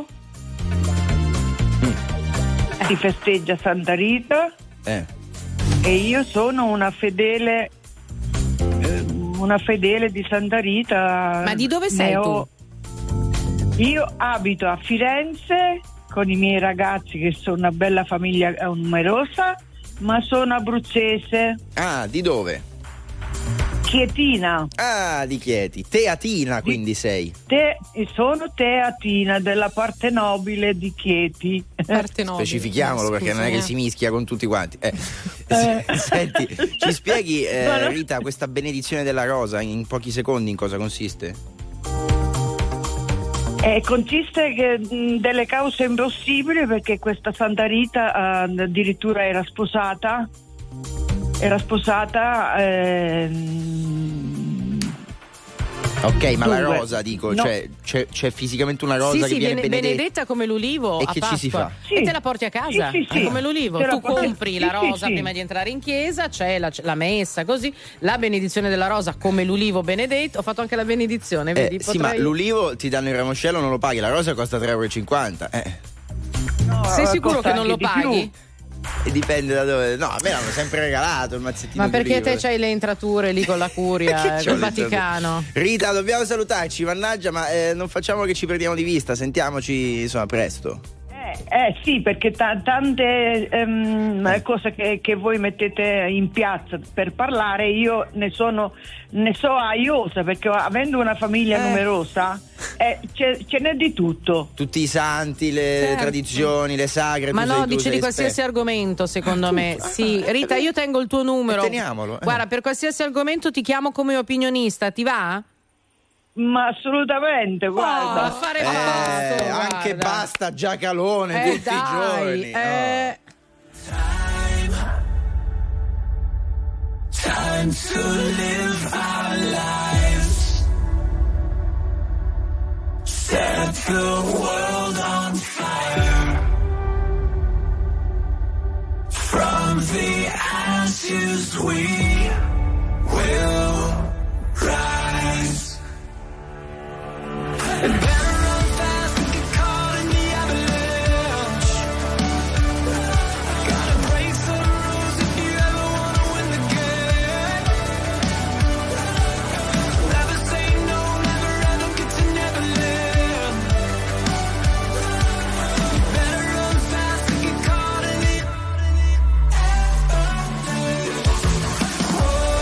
si festeggia Santa Rita Eh. e io sono una fedele eh, una fedele di Santa Rita. Ma di dove Ne sei ho- Io abito a Firenze con i miei ragazzi che sono una bella famiglia eh, numerosa, ma sono abruzzese. Ah, di dove? Chietina. Ah, di Chieti. Teatina, quindi sei. Te, sono teatina della parte nobile di Chieti. Parte nobile. Specifichiamolo perché non è che si mischia con tutti quanti. Eh. Eh. Senti, ci spieghi, eh, No, no. Rita, questa benedizione della rosa in pochi secondi in cosa consiste? Eh, consiste che, mh, delle cause impossibili perché questa Santa Rita eh, addirittura era sposata. Era sposata. ehm, Ok, ma la Dunque, rosa, dico, no. cioè c'è, c'è fisicamente una rosa sì, che sì, viene viene benedetta. benedetta come l'ulivo E a che ci Pasqua. si fa? E te la porti a casa, Sì, sì, sì. come l'ulivo. Te la Tu porti- compri sì, la sì, rosa sì. prima di entrare in chiesa, c'è la, la messa, così, la benedizione della rosa come l'ulivo benedetto. Ho fatto anche la benedizione, Eh, vedi? sì, ma Potrei- l'ulivo ti danno il ramoscello, non lo paghi, la rosa costa tre euro e cinquanta. Eh. no, Sei sicuro costa che non lo anche di più. paghi? E dipende da dove. No, a me l'hanno sempre regalato il mazzettino. Ma perché d'ulivo. te c'hai le entrature lì con la curia, Che col c'ho le Vaticano? Rita, dobbiamo salutarci, mannaggia, ma eh, non facciamo che ci perdiamo di vista, sentiamoci insomma presto. Eh, eh, sì, perché ta- tante ehm, cose che, che voi mettete in piazza per parlare, io ne sono ne so aiosa perché avendo una famiglia Eh. numerosa eh, c'è- ce n'è di tutto. Tutti i santi, le Certo. tradizioni, le sagre. Ma tu no, sei- tu dice sei di qualsiasi esperto. argomento, secondo me. Tutto. Sì, Rita, io tengo il tuo numero. E teniamolo, eh. Guarda, per qualsiasi argomento ti chiamo come opinionista, ti va? Ma assolutamente, guarda. a fare Eh, posto, anche guarda. basta Giacalone Eh, tutti dai, i giorni. eh. Time to live our lives. Set the world on fire. From the ashes we will rise. And better run fast and get caught in the avalanche. Gotta break some rules if you ever wanna win the game. Never say no, never ever get to Neverland. You better run fast and get caught in the avalanche. Oh,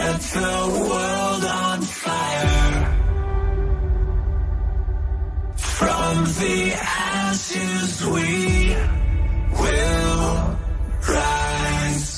set the world on fire. From the ashes we will rise.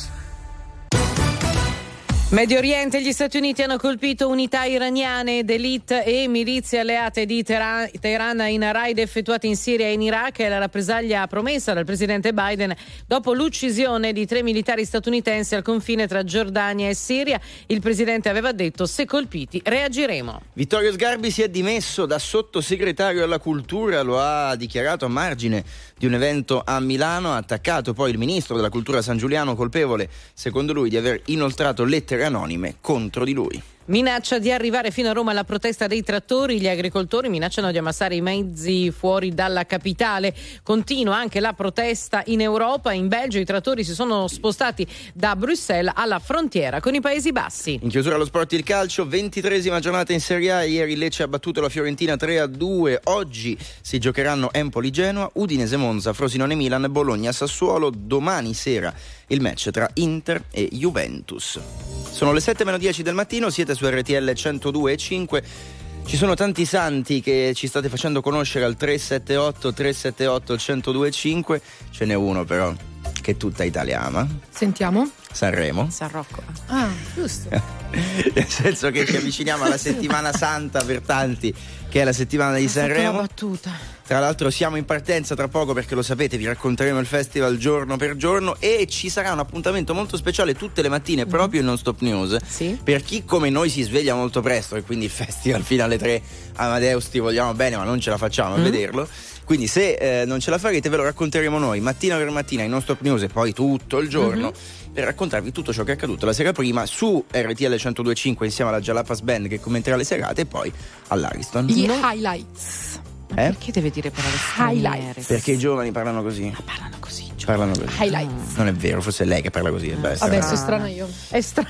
Medio Oriente e gli Stati Uniti hanno colpito unità iraniane ed elite e milizie alleate di Teheran, Teheran in raid effettuati in Siria e in Iraq. È la rappresaglia promessa dal presidente Biden dopo l'uccisione di tre militari statunitensi al confine tra Giordania e Siria. Il presidente aveva detto: se colpiti reagiremo. Vittorio Sgarbi si è dimesso da sottosegretario alla cultura, lo ha dichiarato a margine di un evento a Milano, ha attaccato poi il ministro della cultura San Giuliano, colpevole secondo lui di aver inoltrato lettere anonime contro di lui. Minaccia di arrivare fino a Roma la protesta dei trattori. Gli agricoltori minacciano di ammassare i mezzi fuori dalla capitale. Continua anche la protesta in Europa. In Belgio i trattori si sono spostati da Bruxelles alla frontiera con i Paesi Bassi. In chiusura allo sport il calcio, ventitreesima giornata in Serie A. Ieri Lecce ha battuto la Fiorentina tre a due. Oggi si giocheranno Empoli-Genoa, Udinese-Monza, Frosinone-Milan, Bologna-Sassuolo. Domani sera il match tra Inter e Juventus. Sono le sette meno dieci del mattino, siete su R T L centodue e cinque. Ci sono tanti santi che ci state facendo conoscere al tre sette otto tre sette otto centodue e cinque. Ce n'è uno però che tutta Italia ama. Sentiamo. Sanremo. San Rocco. Ah, giusto. Nel senso che ci avviciniamo alla settimana santa per tanti, che è la settimana di Sanremo. La battuta. Tra l'altro siamo in partenza tra poco, perché lo sapete, vi racconteremo il festival giorno per giorno e ci sarà un appuntamento molto speciale tutte le mattine mm-hmm. proprio in Non Stop News. Sì. Per chi come noi si sveglia molto presto e quindi il festival fino alle tre, Amadeus ti vogliamo bene ma non ce la facciamo mm-hmm. a vederlo. Quindi se eh, non ce la farete ve lo racconteremo noi mattina per mattina in Non Stop News e poi tutto il giorno mm-hmm. per raccontarvi tutto ciò che è accaduto la sera prima su R T L centodue e cinque insieme alla Jalapas Band che commenterà le serate e poi all'Ariston. Gli no. highlights. Eh? Perché deve dire parole highlights? Perché i giovani parlano così. Ma parlano così. Cioè. Parlano così. Highlights. Non è vero, forse è lei che parla così. Beh, Adesso è strano io. È strano.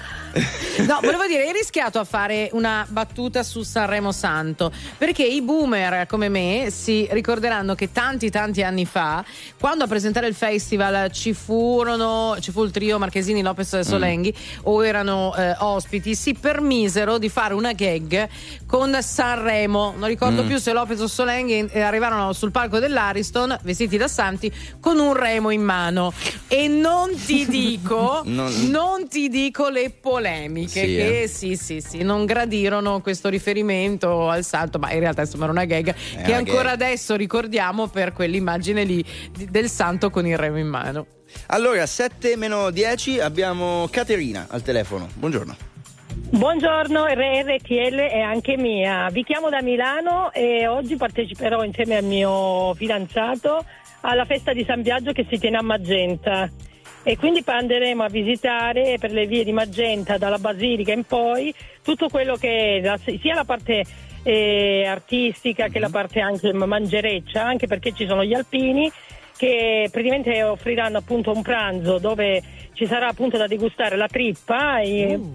No, volevo dire, hai rischiato a fare una battuta su Sanremo Santo, perché i boomer come me si ricorderanno che tanti tanti anni fa, quando a presentare il festival ci furono ci fu il trio Marchesini, Lopez e Solenghi mm. o erano eh, ospiti, si permisero di fare una gag con Sanremo. Non ricordo mm. più se Lopez o Solenghi eh, arrivarono sul palco dell'Ariston vestiti da santi con un remo in mano e non ti dico non... non ti dico le polemiche polemiche sì, che eh. sì sì sì non gradirono questo riferimento al salto, ma in realtà insomma era una gag è che una ancora gag. Adesso ricordiamo per quell'immagine lì di, del santo con il remo in mano. Allora sette meno dieci abbiamo Caterina al telefono. Buongiorno. Buongiorno, R T L è anche mia. Vi chiamo da Milano e oggi parteciperò insieme al mio fidanzato alla festa di San Biagio che si tiene a Magenta. E quindi andremo a visitare per le vie di Magenta, dalla Basilica in poi, tutto quello che è la, sia la parte eh, artistica che la parte anche mangereccia, anche perché ci sono gli alpini che praticamente offriranno appunto un pranzo dove ci sarà appunto da degustare la trippa e, uh,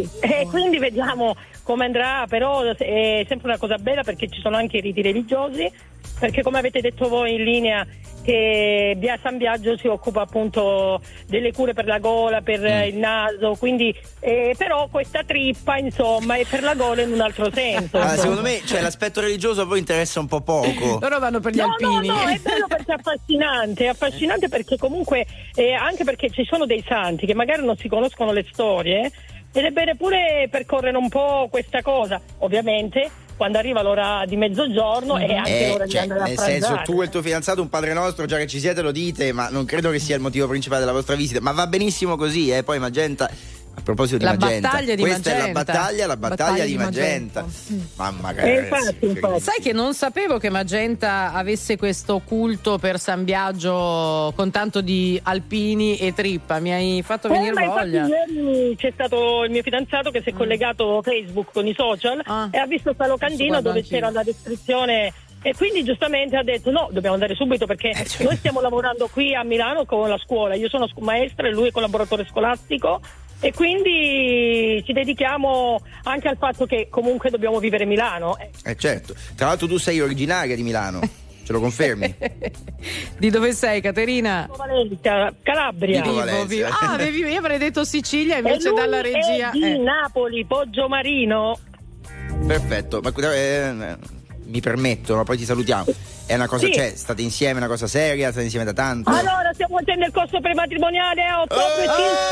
e quindi vediamo come andrà, però è sempre una cosa bella perché ci sono anche i riti religiosi, perché come avete detto voi in linea che Via San Biagio si occupa appunto delle cure per la gola, per mm. il naso, quindi eh, però questa trippa insomma è per la gola in un altro senso. Ah, secondo me cioè, l'aspetto religioso a voi interessa un po' poco. Loro vanno per gli no, alpini. No, no, è bello perché è affascinante, è affascinante perché comunque eh, anche perché ci sono dei santi che magari non si conoscono le storie ed è bene pure percorrere un po' questa cosa, ovviamente quando arriva l'ora di mezzogiorno e anche eh, l'ora cioè, di andare a nel pranzare. senso, tu e il tuo fidanzato un Padre Nostro, già che ci siete lo dite, ma non credo che sia il motivo principale della vostra visita, ma va benissimo così, eh. Poi Magenta, a proposito di la Magenta, battaglia di questa Magenta. è la battaglia, la battaglia, battaglia di, di Magenta. Magenta. Mamma che eh, infatti, infatti. Sai che non sapevo che Magenta avesse questo culto per San Biagio con tanto di alpini e trippa, mi hai fatto venire eh, voglia. Ieri c'è stato il mio fidanzato che si è collegato a Facebook con i social ah. e ha visto sta locandina dove c'era anch'io. La descrizione. E quindi giustamente ha detto no, dobbiamo andare subito perché eh, cioè. Noi stiamo lavorando qui a Milano con la scuola, io sono maestra e lui è collaboratore scolastico e quindi ci dedichiamo anche al fatto che comunque dobbiamo vivere Milano. Eh certo, tra l'altro tu sei originaria di Milano. Ce lo confermi? Di dove sei, Caterina? Valencia, Calabria. Vivo Valencia. Vivo. Ah, avevi- io avrei detto Sicilia, invece E lui dalla regia. è di eh. Napoli, Poggiomarino. Perfetto, ma eh, mi permetto, ma poi ti salutiamo. È una cosa, Sì. cioè, state insieme, una cosa seria, state insieme da tanto. Allora, stiamo facendo il corso prematrimoniale a ottobre,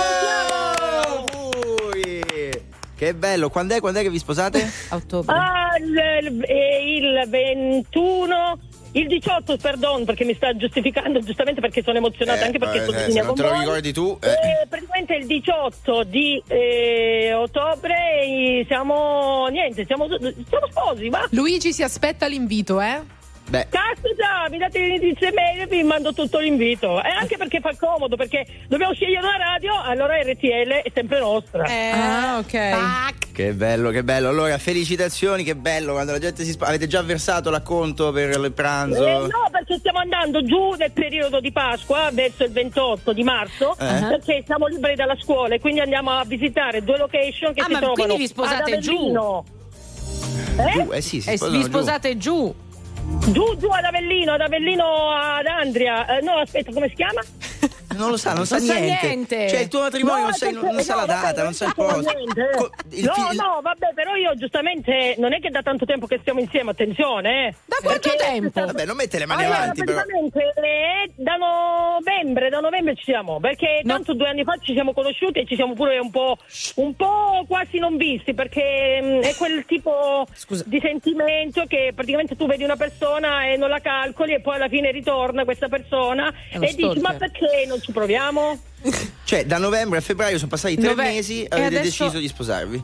ci sposiamo. Auguri! Che bello, quando è, quando è che vi sposate? A ottobre. Ah, il, il- il ventuno, il diciotto, perdon, perché mi sta giustificando giustamente perché sono emozionata, Eh, anche perché eh, sono in se linea non con te lo voi. ricordi tu, eh. Eh, praticamente il diciotto di eh, ottobre eh, siamo niente, siamo, siamo sposi, va? Luigi si aspetta l'invito, eh? Beh, Caspita, mi date l'inizio email e vi mando tutto l'invito. E anche perché fa comodo, perché dobbiamo scegliere una radio, allora R T L è sempre nostra. Ah, ok. che bello, che bello. Allora, felicitazioni, che bello quando la gente si sposa. Avete già versato l'acconto per il pranzo? Eh, no, perché stiamo andando giù nel periodo di Pasqua, verso il ventotto di marzo, Eh. perché siamo liberi dalla scuola e quindi andiamo a visitare due location che Ah, si ma trovano quindi vi sposate ad Avellino. Eh? Giù, eh sì, si Eh, sposano vi giù. sposate giù. Giù, giù ad Avellino, ad Avellino ad Andria. Eh, no, aspetta, come si chiama? Non lo sa, non, sa Non sa niente. niente. Cioè, il tuo matrimonio No, non, sai, non, perché- non sa no, la vabbè, data, non sa il non posto. niente. Co- il no, fi- no, vabbè, però io giustamente non è che da tanto tempo che stiamo insieme, attenzione. Eh. Da quanto Perché- tempo? Vabbè, non mette le mani Allora, avanti, però. praticamente eh, da novembre, da novembre ci siamo, perché No. tanto due anni fa ci siamo conosciuti e ci siamo pure un po', un po' quasi non visti, perché mh, è quel tipo Scusa. di sentimento che praticamente tu vedi una persona e non la calcoli e poi alla fine ritorna questa persona È uno e dici stalker. ma perché non ci proviamo? Cioè, da novembre a febbraio sono passati tre Nove- mesi, e avete adesso- deciso di sposarvi.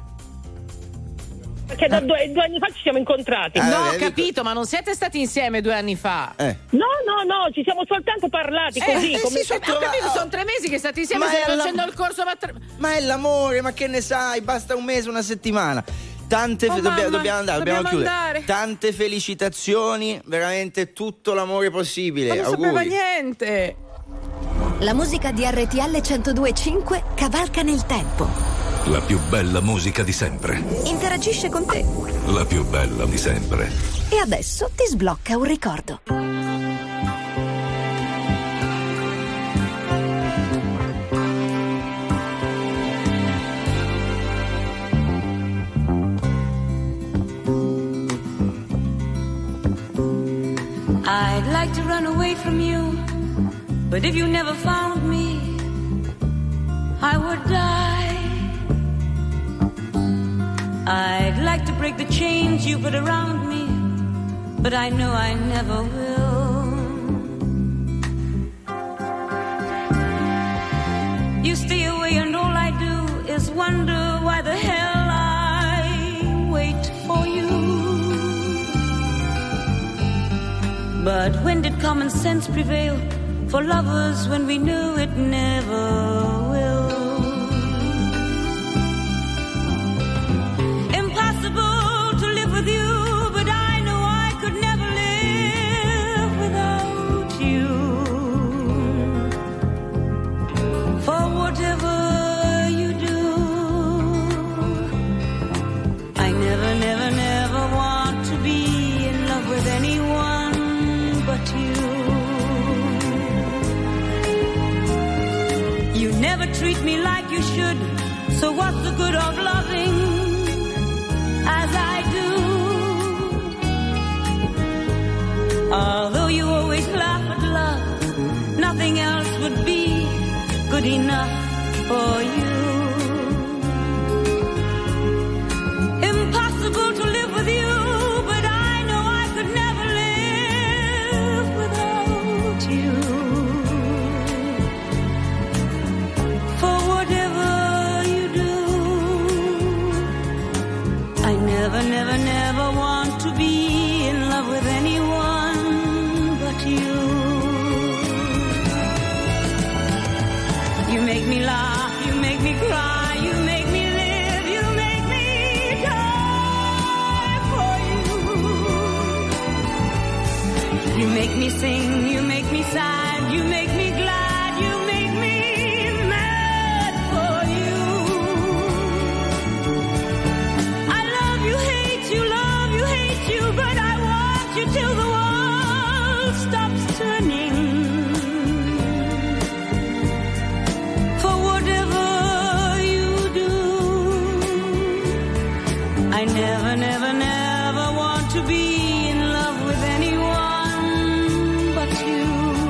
Perché da due, due anni fa ci siamo incontrati. Ah, No, ho eh, capito, ma non siete stati insieme due anni fa. Eh. No, no, no, ci siamo soltanto parlati così. eh, come sì, so- ho capito, sono tre mesi che state insieme, Ma state è alla- facendo il corso matri- Ma è l'amore, ma che ne sai? Basta un mese, una settimana. Tante Oh, fe- dobbia- mamma, dobbiamo andare, dobbiamo, dobbiamo chiudere. andare. Tante felicitazioni, veramente tutto l'amore possibile. Ma non sapeva Auguri. niente. La musica di R T L centodue e cinque cavalca nel tempo. La più bella musica di sempre. Interagisce con te. La più bella di sempre. E adesso ti sblocca un ricordo. I'd like to run away from you, but if you never found me, I would die. I'd like to break the chains you put around me, but I know I never will. You stay away and all I do is wonder why the hell I wait for you. But when did common sense prevail for lovers when we knew it never will? Impossible to live with you, but I know I could never live without you. For whatever you do, I never, never, never want to be in love with anyone but you. You never treat me like you should, so what's the good of loving as I do? Although you always laugh at love, nothing else would be good enough for you. Impossible to live with you, but I know I could never live without you. For whatever you do, I never, never, never want to be in love with anyone but you. You make me laugh, you make me cry, you make me live, you make me die for you. You make me sing, you make me sad, you make me glad, you make me mad for you. I love you, hate you, love you, hate you, but I want you till the world I never, never, never want to be in love with anyone but you.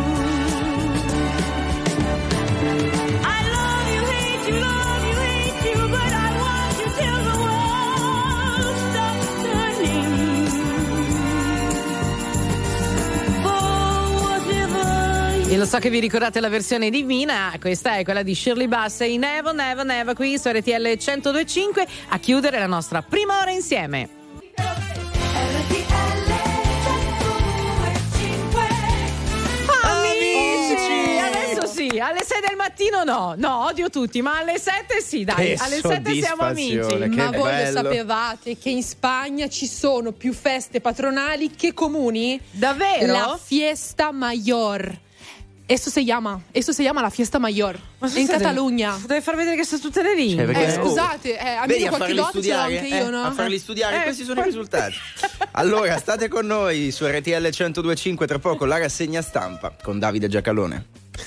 I love you, hate you, love you, hate you, but I want you till the world stops turning. For whatever. E lo so che vi ricordate la versione divina, questa è quella di Shirley Bassey, Never, Never, Never, qui su R T L centodue e cinque, a chiudere la nostra prima ora insieme. Amici, adesso sì, alle sei del mattino no, no, odio tutti, ma alle sette sì, dai, Che alle sette siamo amici. soddisfazione, che Ma voi lo bello. sapevate che in Spagna ci sono più feste patronali che comuni? Davvero? La Fiesta Mayor. Eso se llama, eso se llama la Fiesta Mayor. In Catalogna. Devi far vedere che sa tutte le lingue. Cioè, perché- Eh, scusate, eh, almeno Vedi, a qualche farli dote ce l'ho studiare, anche io, eh, no? a farli studiare, Eh, questi sono i risultati. Allora, state con noi su R T L centodue e cinque, tra poco la rassegna stampa con Davide Giacalone.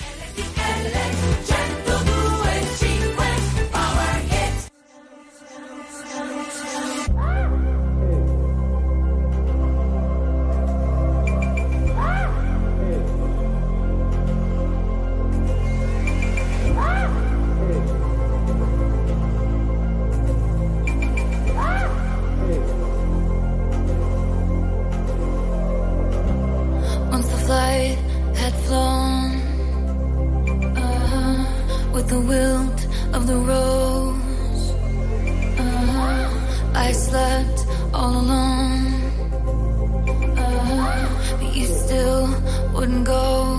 Once the flight had flown, uh-huh, with the wilt of the rose, uh-huh, I slept all alone, uh-huh, but you still wouldn't go.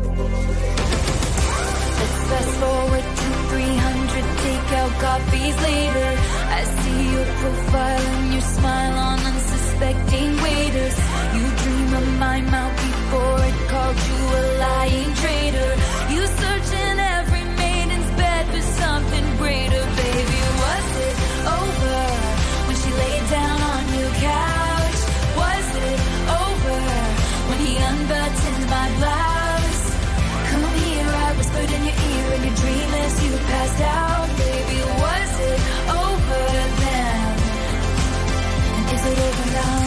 Let's fast forward to three hundred takeout copies later. I see your profile and your smile on unsuspecting waiters. You dream of my mouth before it called you a lying traitor. You search in every maiden's bed for something greater, baby. Was it over when she laid down on your couch? Was it over when he unbuttoned my blouse? Come here, I whispered in your ear in your dream as you passed out, baby. Was it over then? And is it over now?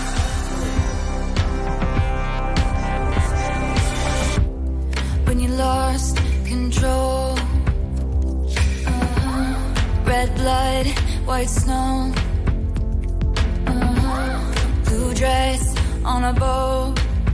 When you lost control, uh-huh. Red blood, white snow, uh-huh. Blue dress on a boat,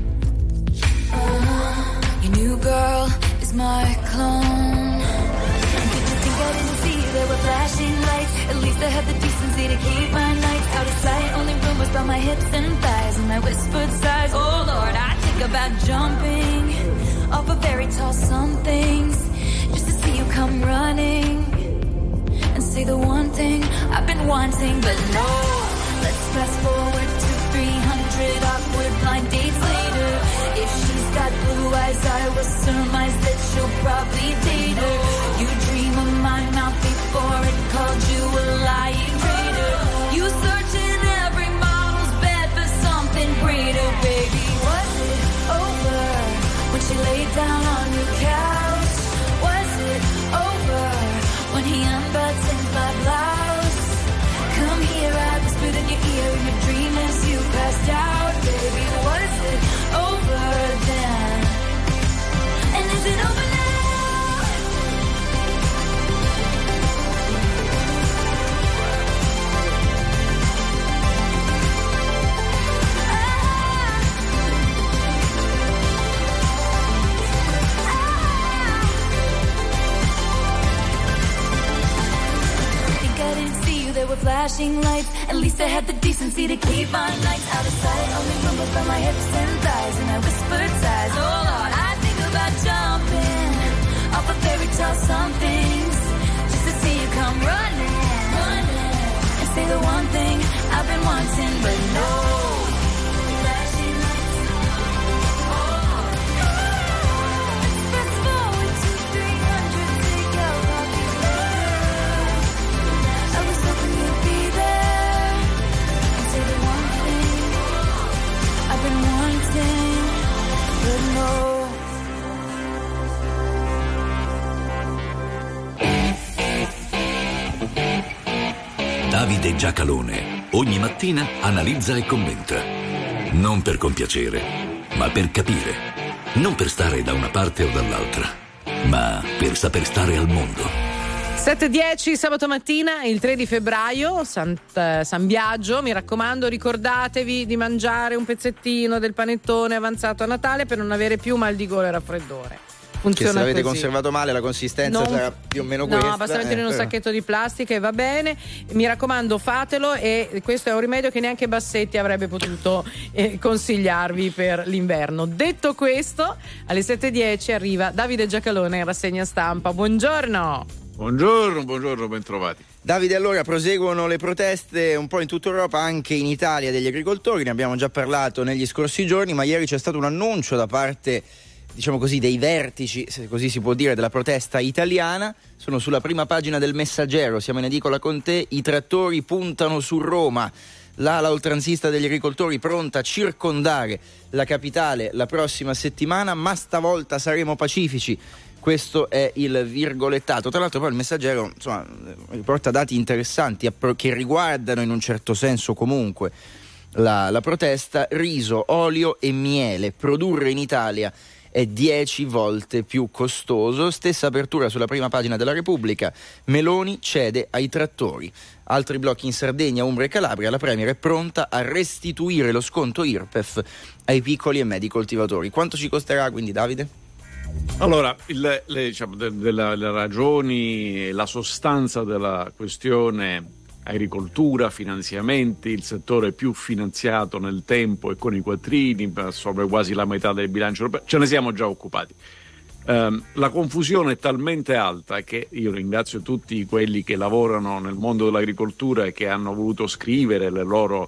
uh-huh. Your new girl is my clone. Did you think I didn't see there were flashing lights? At least I had the decency to keep my nights out of sight. Only rumors about my hips and thighs and my whispered sighs. Oh Lord, I think about jumping off a very tall somethings just to see you come running and say the one thing I've been wanting, but no. Let's fast forward to three hundred awkward blind dates later. If she's got blue eyes, I will surmise that she'll probably date her. You dream of my mouth before it called you a lying traitor. You search in every model's bed for something greater, baby. Was it over when she laid down on your couch? Was it over when he unbuttoned my blouse? Come here, I whispered in your ear in your dream as you passed out, baby. Was it over then? And is it over now? I didn't see you, there were flashing lights. At least I had the decency to keep my nights out of sight. Only rumors from my hips and thighs and I whispered sighs. Oh Lord, I think about jumping off a fairy tale somethings just to see you come running, running and say the one thing I've been wanting, but no. Flashing lights. Oh. Fast forward to three hundred takeout copies later. I was hoping you'd be there and say the one thing I've been wanting, but no. Davide Giacalone Ogni mattina analizza e commenta. Non per compiacere, ma per capire. Non per stare da una parte o dall'altra, ma per saper stare al mondo. sette e dieci sabato mattina, il tre di febbraio, San, eh, San Biagio. Mi raccomando, ricordatevi di mangiare un pezzettino del panettone avanzato a Natale per non avere più mal di gola e raffreddore. Funziona che se l'avete così. Conservato male, la consistenza Non- sarà più o meno No, questa. basta mettere in un eh, sacchetto di plastica e va bene. Mi raccomando, fatelo, e questo è un rimedio che neanche Bassetti avrebbe potuto eh, consigliarvi per l'inverno. Detto questo, alle sette e dieci arriva Davide Giacalone in rassegna stampa. Buongiorno. Buongiorno, buongiorno, bentrovati. Davide, allora proseguono le proteste un po' in tutta Europa, anche in Italia, degli agricoltori. Ne abbiamo già parlato negli scorsi giorni, ma ieri c'è stato un annuncio da parte, diciamo così, dei vertici, se così si può dire, della protesta italiana. Sono sulla prima pagina del Messaggero, siamo in edicola con te. I trattori puntano su Roma. L'ala oltranzista degli agricoltori pronta a circondare la capitale la prossima settimana, ma stavolta saremo pacifici. Questo è il virgolettato. Tra l'altro poi il Messaggero, insomma, riporta dati interessanti che riguardano in un certo senso comunque la, la protesta. Riso, olio e miele. Produrre in Italia è dieci volte più costoso. Stessa apertura sulla prima pagina della Repubblica. Meloni cede ai trattori. Altri blocchi in Sardegna, Umbria e Calabria. La Premier è pronta a restituire lo sconto I R P E F ai piccoli e medi coltivatori. Quanto ci costerà quindi, Davide? Allora, il, le, diciamo, de, de la, le ragioni e la sostanza della questione agricoltura, finanziamenti, il settore più finanziato nel tempo e con i quattrini, sopra quasi la metà del bilancio europeo, ce ne siamo già occupati. Um, la confusione è talmente alta che io ringrazio tutti quelli che lavorano nel mondo dell'agricoltura e che hanno voluto scrivere il loro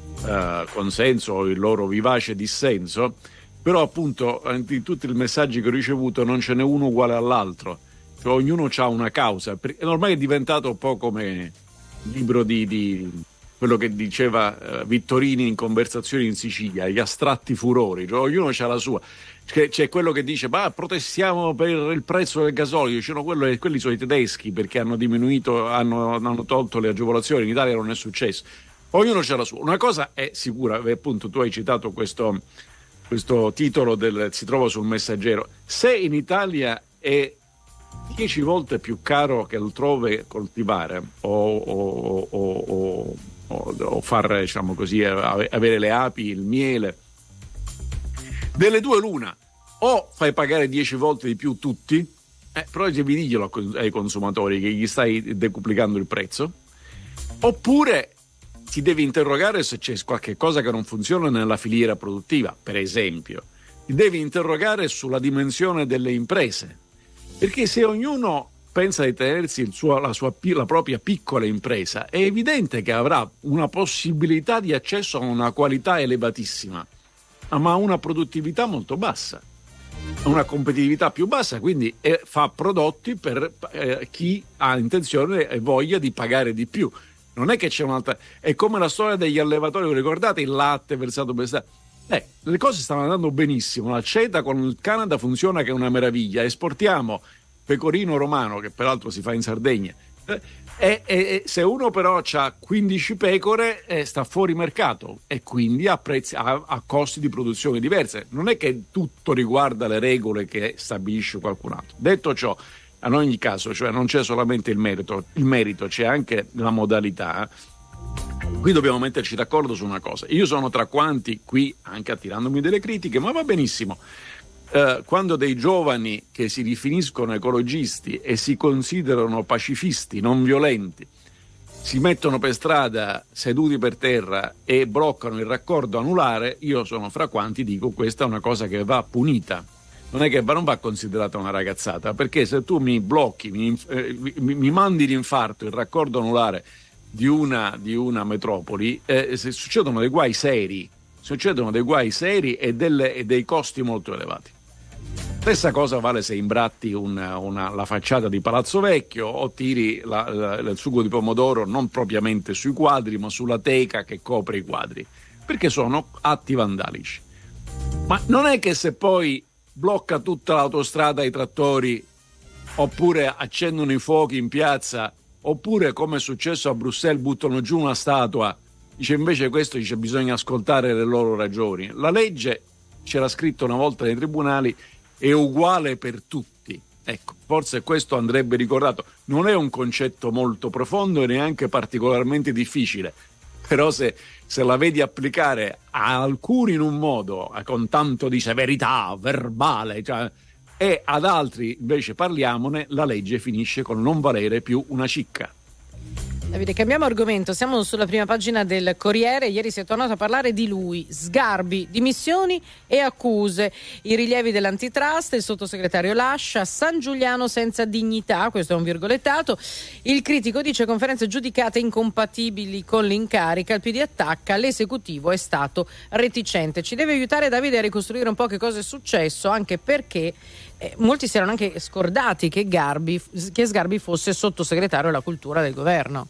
uh, consenso o il loro vivace dissenso. Però appunto di tutti i messaggi che ho ricevuto non ce n'è uno uguale all'altro, cioè, ognuno ha una causa. Ormai è diventato un po' come il libro di, di quello che diceva uh, Vittorini in Conversazioni in Sicilia, gli astratti furori, cioè, ognuno ha la sua. C'è, c'è quello che dice ma protestiamo per il prezzo del gasolio, cioè, no, quello è, quelli sono i tedeschi perché hanno diminuito, hanno, hanno tolto le agevolazioni, in Italia non è successo. Ognuno ha la sua. Una cosa è sicura, appunto tu hai citato questo questo titolo del, si trova sul Messaggero. Se in Italia è dieci volte più caro che altrove coltivare o, o, o, o, o, o far, diciamo così, avere le api, il miele, delle due l'una, o fai pagare dieci volte di più tutti, eh, però devi dirglielo ai consumatori che gli stai decuplicando il prezzo, oppure ti devi interrogare se c'è qualche cosa che non funziona nella filiera produttiva, per esempio. Ti devi interrogare sulla dimensione delle imprese, perché se ognuno pensa di tenersi il suo, la, sua, la propria piccola impresa, è evidente che avrà una possibilità di accesso a una qualità elevatissima, ma a una produttività molto bassa, una competitività più bassa, quindi eh, fa prodotti per eh, chi ha intenzione e voglia di pagare di più. Non è che c'è un'altra. È come la storia degli allevatori, vi ricordate il latte versato per strada? Eh, le cose stanno andando benissimo. La CETA con il Canada funziona che è una meraviglia. Esportiamo pecorino romano, che peraltro si fa in Sardegna. Eh, e, e se uno però ha quindici pecore, eh, sta fuori mercato e quindi ha, prezzi, ha, ha costi di produzione diversi. Non è che tutto riguarda le regole che stabilisce qualcun altro. Detto ciò, in ogni caso, cioè non c'è solamente il merito, il merito, c'è anche la modalità. Qui dobbiamo metterci d'accordo su una cosa. Io sono tra quanti, qui anche attirandomi delle critiche, ma va benissimo, eh, quando dei giovani che si definiscono ecologisti e si considerano pacifisti, non violenti, si mettono per strada seduti per terra e bloccano il raccordo anulare, io sono fra quanti dico questa è una cosa che va punita. Non è che non va considerata una ragazzata, perché se tu mi blocchi, mi, eh, mi, mi mandi l'infarto, il raccordo anulare di una, di una metropoli, eh, se succedono dei guai seri, succedono dei guai seri e, delle, e dei costi molto elevati. Stessa cosa vale se imbratti una, una, la facciata di Palazzo Vecchio o tiri la, la, il sugo di pomodoro non propriamente sui quadri, ma sulla teca che copre i quadri, perché sono atti vandalici. Ma non è che se poi blocca tutta l'autostrada ai trattori, oppure accendono i fuochi in piazza, oppure come è successo a Bruxelles buttano giù una statua Dice invece questo, dice bisogna ascoltare le loro ragioni. La legge, c'era scritto una volta nei tribunali, è uguale per tutti. Ecco, forse questo andrebbe ricordato. Non è un concetto molto profondo e neanche particolarmente difficile, però se, se la vedi applicare a alcuni in un modo, con tanto di severità verbale, cioè, e ad altri invece parliamone, la legge finisce con non valere più una cicca. Davide, cambiamo argomento, siamo sulla prima pagina del Corriere. Ieri si è tornato a parlare di lui, Sgarbi, dimissioni e accuse, i rilievi dell'antitrust, il sottosegretario lascia, San Giuliano senza dignità, questo è un virgolettato, il critico dice conferenze giudicate incompatibili con l'incarica, il P D attacca, l'esecutivo è stato reticente. Ci deve aiutare Davide a ricostruire un po' che cosa è successo, anche perché eh, molti si erano anche scordati che, Garbi, che Sgarbi fosse sottosegretario alla cultura del governo.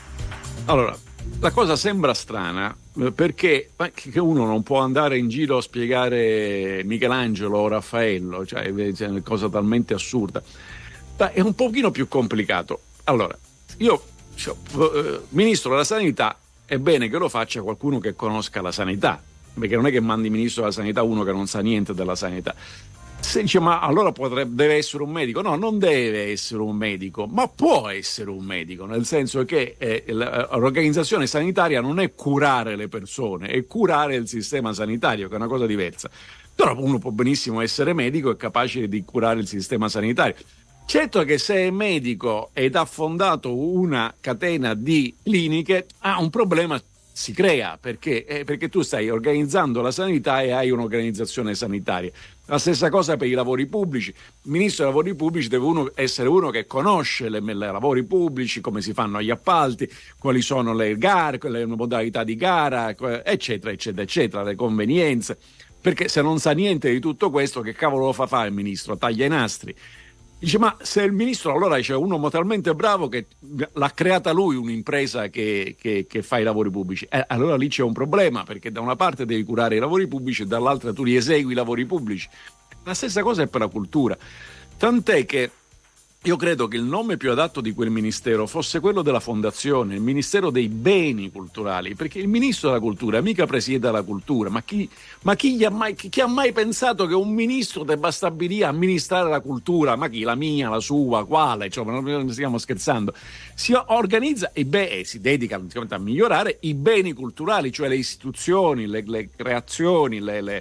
Allora, la cosa sembra strana perché che uno non può andare in giro a spiegare Michelangelo o Raffaello, cioè è una cosa talmente assurda. Ma è un pochino più complicato. Allora, io, cioè, eh, ministro della sanità, è bene che lo faccia qualcuno che conosca la sanità, perché non è che mandi ministro della sanità uno che non sa niente della sanità. Se dice, ma allora potrebbe, deve essere un medico? No, non deve essere un medico, ma può essere un medico, nel senso che eh, l'organizzazione sanitaria non è curare le persone, è curare il sistema sanitario, che è una cosa diversa. Però uno può benissimo essere medico e capace di curare il sistema sanitario. Certo che se è medico ed ha fondato una catena di cliniche, ha un problema, si crea, perché, eh, perché tu stai organizzando la sanità e hai un'organizzazione sanitaria. La stessa cosa per i lavori pubblici. Il ministro dei lavori pubblici deve uno, essere uno che conosce le, le lavori pubblici, come si fanno gli appalti, quali sono le gare, le modalità di gara, eccetera, eccetera, eccetera, le convenienze. Perché se non sa niente di tutto questo, che cavolo lo fa fare il ministro? Taglia i nastri. Dice, ma se il ministro allora c'è uno talmente bravo che l'ha creata lui un'impresa che, che, che fa i lavori pubblici, eh, allora lì c'è un problema, perché da una parte devi curare i lavori pubblici e dall'altra tu li esegui i lavori pubblici. La stessa cosa è per la cultura, tant'è che io credo che il nome più adatto di quel ministero fosse quello della fondazione, il Ministero dei Beni Culturali, perché il ministro della cultura mica presiede la cultura, ma chi, ma chi, gli ha mai, chi, chi ha mai pensato che un ministro debba stabilire a amministrare la cultura? Ma chi? La mia, la sua, quale? Cioè, non stiamo scherzando. Si organizza e beh, si dedica a migliorare i beni culturali, cioè le istituzioni, le, le creazioni, le, le,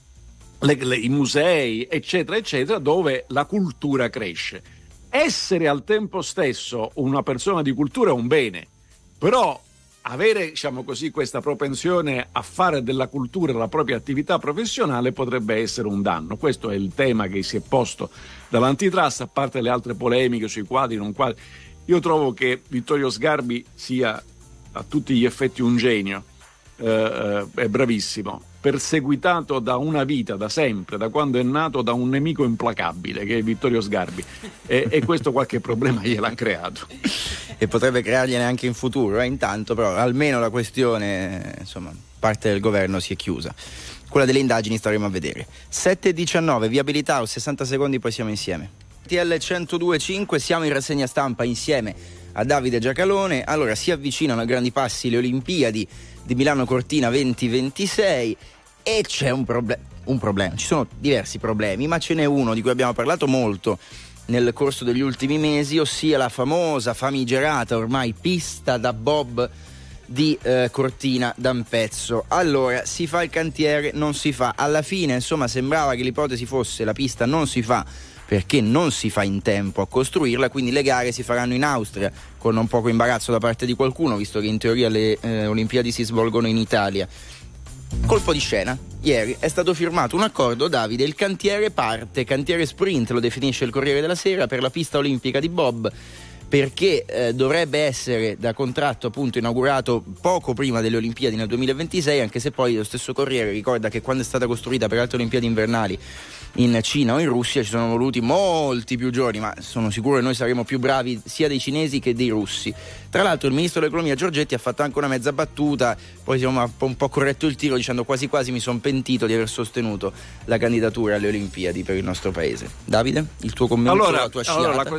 le, le, i musei, eccetera, eccetera, dove la cultura cresce. Essere al tempo stesso una persona di cultura è un bene, però avere, diciamo così, questa propensione a fare della cultura la propria attività professionale potrebbe essere un danno. Questo è il tema che si è posto dall'antitrust, a parte le altre polemiche sui quadri, non quadri. Io trovo che Vittorio Sgarbi sia a tutti gli effetti un genio, eh, è bravissimo, perseguitato da una vita, da sempre, da quando è nato, da un nemico implacabile che è Vittorio Sgarbi, e, e questo qualche problema gliel'ha creato e potrebbe creargliene anche in futuro, eh? Intanto però almeno la questione, insomma, parte del governo si è chiusa. Quella delle indagini staremo a vedere. sette e diciannove, viabilità, o sessanta secondi, poi siamo insieme. T L centodue e cinque, siamo in rassegna stampa insieme a Davide Giacalone. Allora, si avvicinano a grandi passi le Olimpiadi di Milano Cortina venti ventisei e c'è un, proble- un problema, ci sono diversi problemi, ma ce n'è uno di cui abbiamo parlato molto nel corso degli ultimi mesi, ossia la famosa, famigerata ormai pista da bob di eh, Cortina d'Ampezzo. Allora, si fa il cantiere, non si fa, alla fine insomma sembrava che l'ipotesi fosse la pista non si fa perché non si fa in tempo a costruirla, quindi le gare si faranno in Austria, con non poco imbarazzo da parte di qualcuno, visto che in teoria le eh, Olimpiadi si svolgono in Italia. Colpo di scena, ieri è stato firmato un accordo, Davide, il cantiere parte, cantiere sprint lo definisce il Corriere della Sera, per la pista olimpica di bob, perché eh, dovrebbe essere da contratto appunto inaugurato poco prima delle Olimpiadi nel duemilaventisei, anche se poi lo stesso Corriere ricorda che quando è stata costruita per altre Olimpiadi invernali in Cina o in Russia ci sono voluti molti più giorni, ma sono sicuro che noi saremo più bravi sia dei cinesi che dei russi. Tra l'altro il ministro dell'economia Giorgetti ha fatto anche una mezza battuta, poi si è un po' corretto il tiro dicendo quasi quasi mi sono pentito di aver sostenuto la candidatura alle Olimpiadi per il nostro paese. Davide, il tuo commento, allora, la tua sciata? allora, la, quest-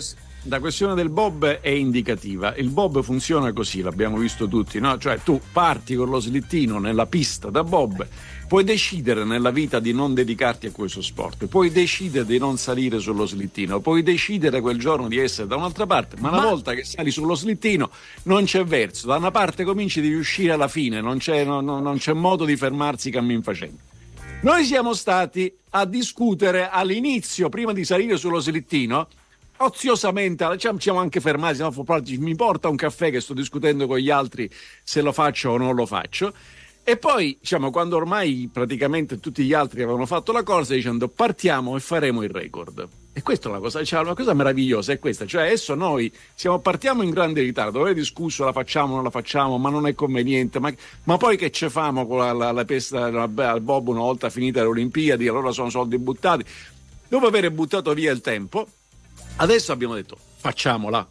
la questione del bob è indicativa. Il bob funziona così, l'abbiamo visto tutti, no? Cioè tu parti con lo slittino nella pista da bob, puoi decidere nella vita di non dedicarti a questo sport, puoi decidere di non salire sullo slittino, puoi decidere quel giorno di essere da un'altra parte, ma, ma... una volta che sali sullo slittino non c'è verso, da una parte cominci devi uscire alla fine, non c'è, non, non c'è modo di fermarsi cammin facendo. Noi siamo stati a discutere all'inizio, prima di salire sullo slittino, oziosamente, ci siamo anche fermati, no, mi porta un caffè che sto discutendo con gli altri se lo faccio o non lo faccio. E poi, diciamo, quando ormai praticamente tutti gli altri avevano fatto la corsa, dicendo partiamo e faremo il record. E questa è una cosa, cioè, una cosa meravigliosa, è questa, cioè adesso noi siamo, partiamo in grande ritardo, avete discusso, la facciamo, non la facciamo, ma non è conveniente, ma, ma poi che ce famo con la, la, la pesta al bob una volta finita le Olimpiadi, allora sono soldi buttati. Dopo aver buttato via il tempo, adesso abbiamo detto facciamola.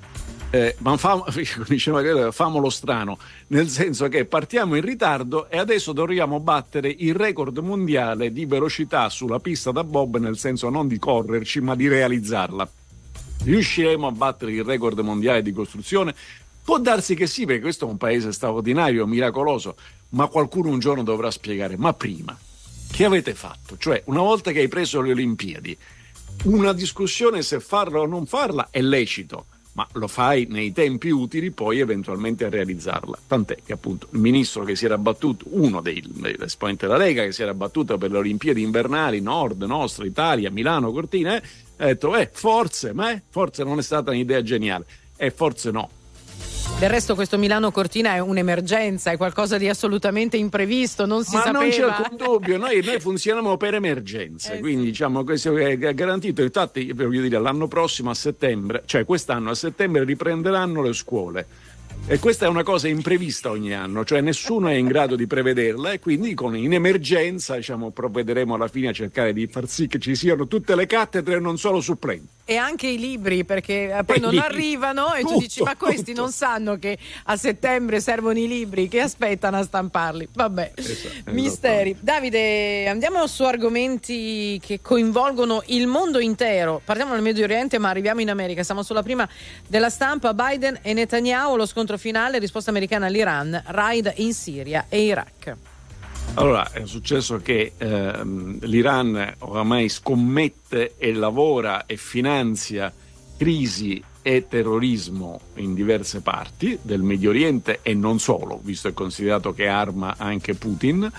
Eh, ma fam- diceva, famolo strano, nel senso che partiamo in ritardo e adesso dovremmo battere il record mondiale di velocità sulla pista da bob, nel senso non di correrci ma di realizzarla. Riusciremo a battere il record mondiale di costruzione? Può darsi che sì, perché questo è un paese straordinario, miracoloso, ma qualcuno un giorno dovrà spiegare, ma prima che avete fatto? Cioè, una volta che hai preso le Olimpiadi, una discussione se farla o non farla è lecito, ma lo fai nei tempi utili poi eventualmente a realizzarla. Tant'è che appunto il ministro che si era battuto, uno dei, dei esponenti della Lega che si era battuto per le Olimpiadi invernali, Nord, Nostra, Italia, Milano, Cortina, eh, ha detto eh, forse, ma eh, forse non è stata un'idea geniale, e eh, forse no. Del resto questo Milano-Cortina è un'emergenza, è qualcosa di assolutamente imprevisto, non si Ma sapeva. Ma non c'è alcun dubbio, noi, noi funzioniamo per emergenze, eh quindi sì. Diciamo questo è garantito. Infatti, voglio dire, l'anno prossimo a settembre, cioè quest'anno a settembre riprenderanno le scuole. E questa è una cosa imprevista ogni anno, cioè nessuno è in grado di prevederla e quindi con, in emergenza diciamo, provvederemo alla fine a cercare di far sì che ci siano tutte le cattedre e non solo supplenti. E anche i libri, perché poi non arrivano e tutto, tu dici ma questi tutto. non sanno che a settembre servono i libri, che aspettano a stamparli. Vabbè, esatto, misteri. Esatto. Davide, andiamo su argomenti che coinvolgono il mondo intero. Partiamo dal Medio Oriente ma arriviamo in America. Siamo sulla prima della stampa, Biden e Netanyahu, lo scontro finale, risposta americana all'Iran, raid in Siria e Iraq. Allora, è successo che ehm, l'Iran oramai scommette e lavora e finanzia crisi e terrorismo in diverse parti del Medio Oriente e non solo, visto e considerato che arma anche Putin.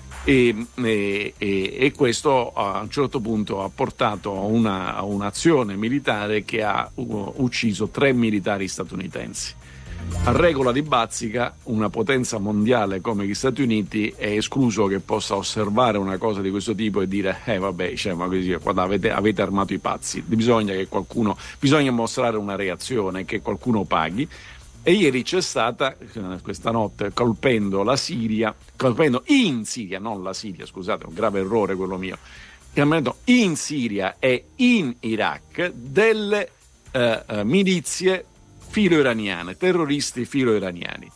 E, e, e questo a un certo punto ha portato a, una, a un'azione militare che ha uh, ucciso tre militari statunitensi. A regola di bazzica, una potenza mondiale come gli Stati Uniti è escluso che possa osservare una cosa di questo tipo e dire eh vabbè, cioè, ma così, quando avete, avete armato i pazzi, bisogna che qualcuno, bisogna mostrare una reazione, che qualcuno paghi. E ieri c'è stata, questa notte, colpendo la Siria, colpendo in Siria, non la Siria, scusate, è un grave errore quello mio, che hanno detto in Siria e in Iraq delle eh, eh, milizie filo-iraniane, terroristi filo-iraniani,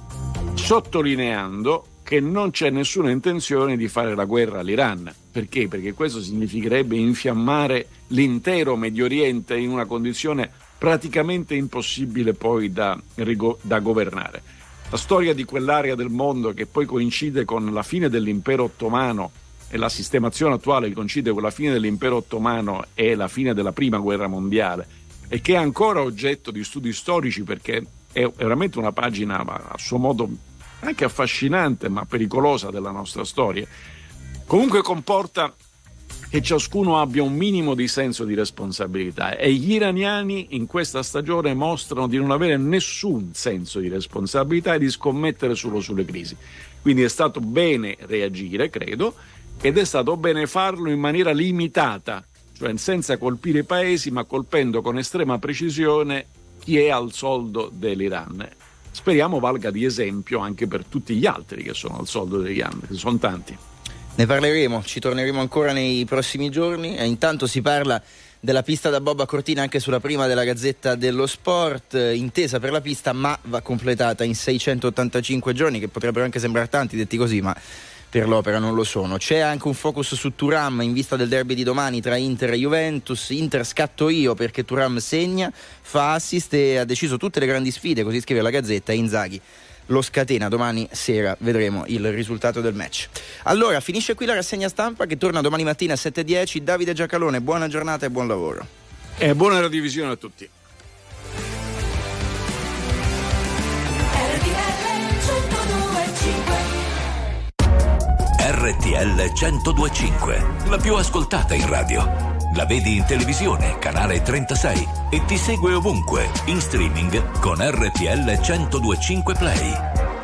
sottolineando che non c'è nessuna intenzione di fare la guerra all'Iran. Perché? Perché questo significherebbe infiammare l'intero Medio Oriente in una condizione praticamente impossibile poi da, da governare. La storia di quell'area del mondo che poi coincide con la fine dell'impero ottomano e la sistemazione attuale coincide con la fine dell'impero ottomano e la fine della prima guerra mondiale, e che è ancora oggetto di studi storici perché è veramente una pagina a suo modo anche affascinante ma pericolosa della nostra storia, comunque comporta che ciascuno abbia un minimo di senso di responsabilità, e gli iraniani in questa stagione mostrano di non avere nessun senso di responsabilità e di scommettere solo sulle crisi. Quindi è stato bene reagire, credo, ed è stato bene farlo in maniera limitata, cioè senza colpire i paesi ma colpendo con estrema precisione chi è al soldo dell'Iran. Speriamo valga di esempio anche per tutti gli altri che sono al soldo dell'Iran, che sono tanti. Ne parleremo, ci torneremo ancora nei prossimi giorni, e intanto si parla della pista da bob a Cortina anche sulla prima della Gazzetta dello Sport, intesa per la pista ma va completata in seicentottantacinque giorni, che potrebbero anche sembrare tanti detti così, ma per l'Opera non lo sono. C'è anche un focus su Thuram in vista del derby di domani tra Inter e Juventus. Inter scatto io perché Thuram segna, fa assist e ha deciso tutte le grandi sfide, così scrive la Gazzetta. Inzaghi lo scatena, domani sera vedremo il risultato del match. Allora finisce qui la rassegna stampa che torna domani mattina a sette e dieci. Davide Giacalone, buona giornata e buon lavoro. E buona radiovisione a tutti. R T L centodue e cinque, la più ascoltata in radio. La vedi in televisione, canale trentasei, e ti segue ovunque, in streaming con R T L centodue e cinque Play.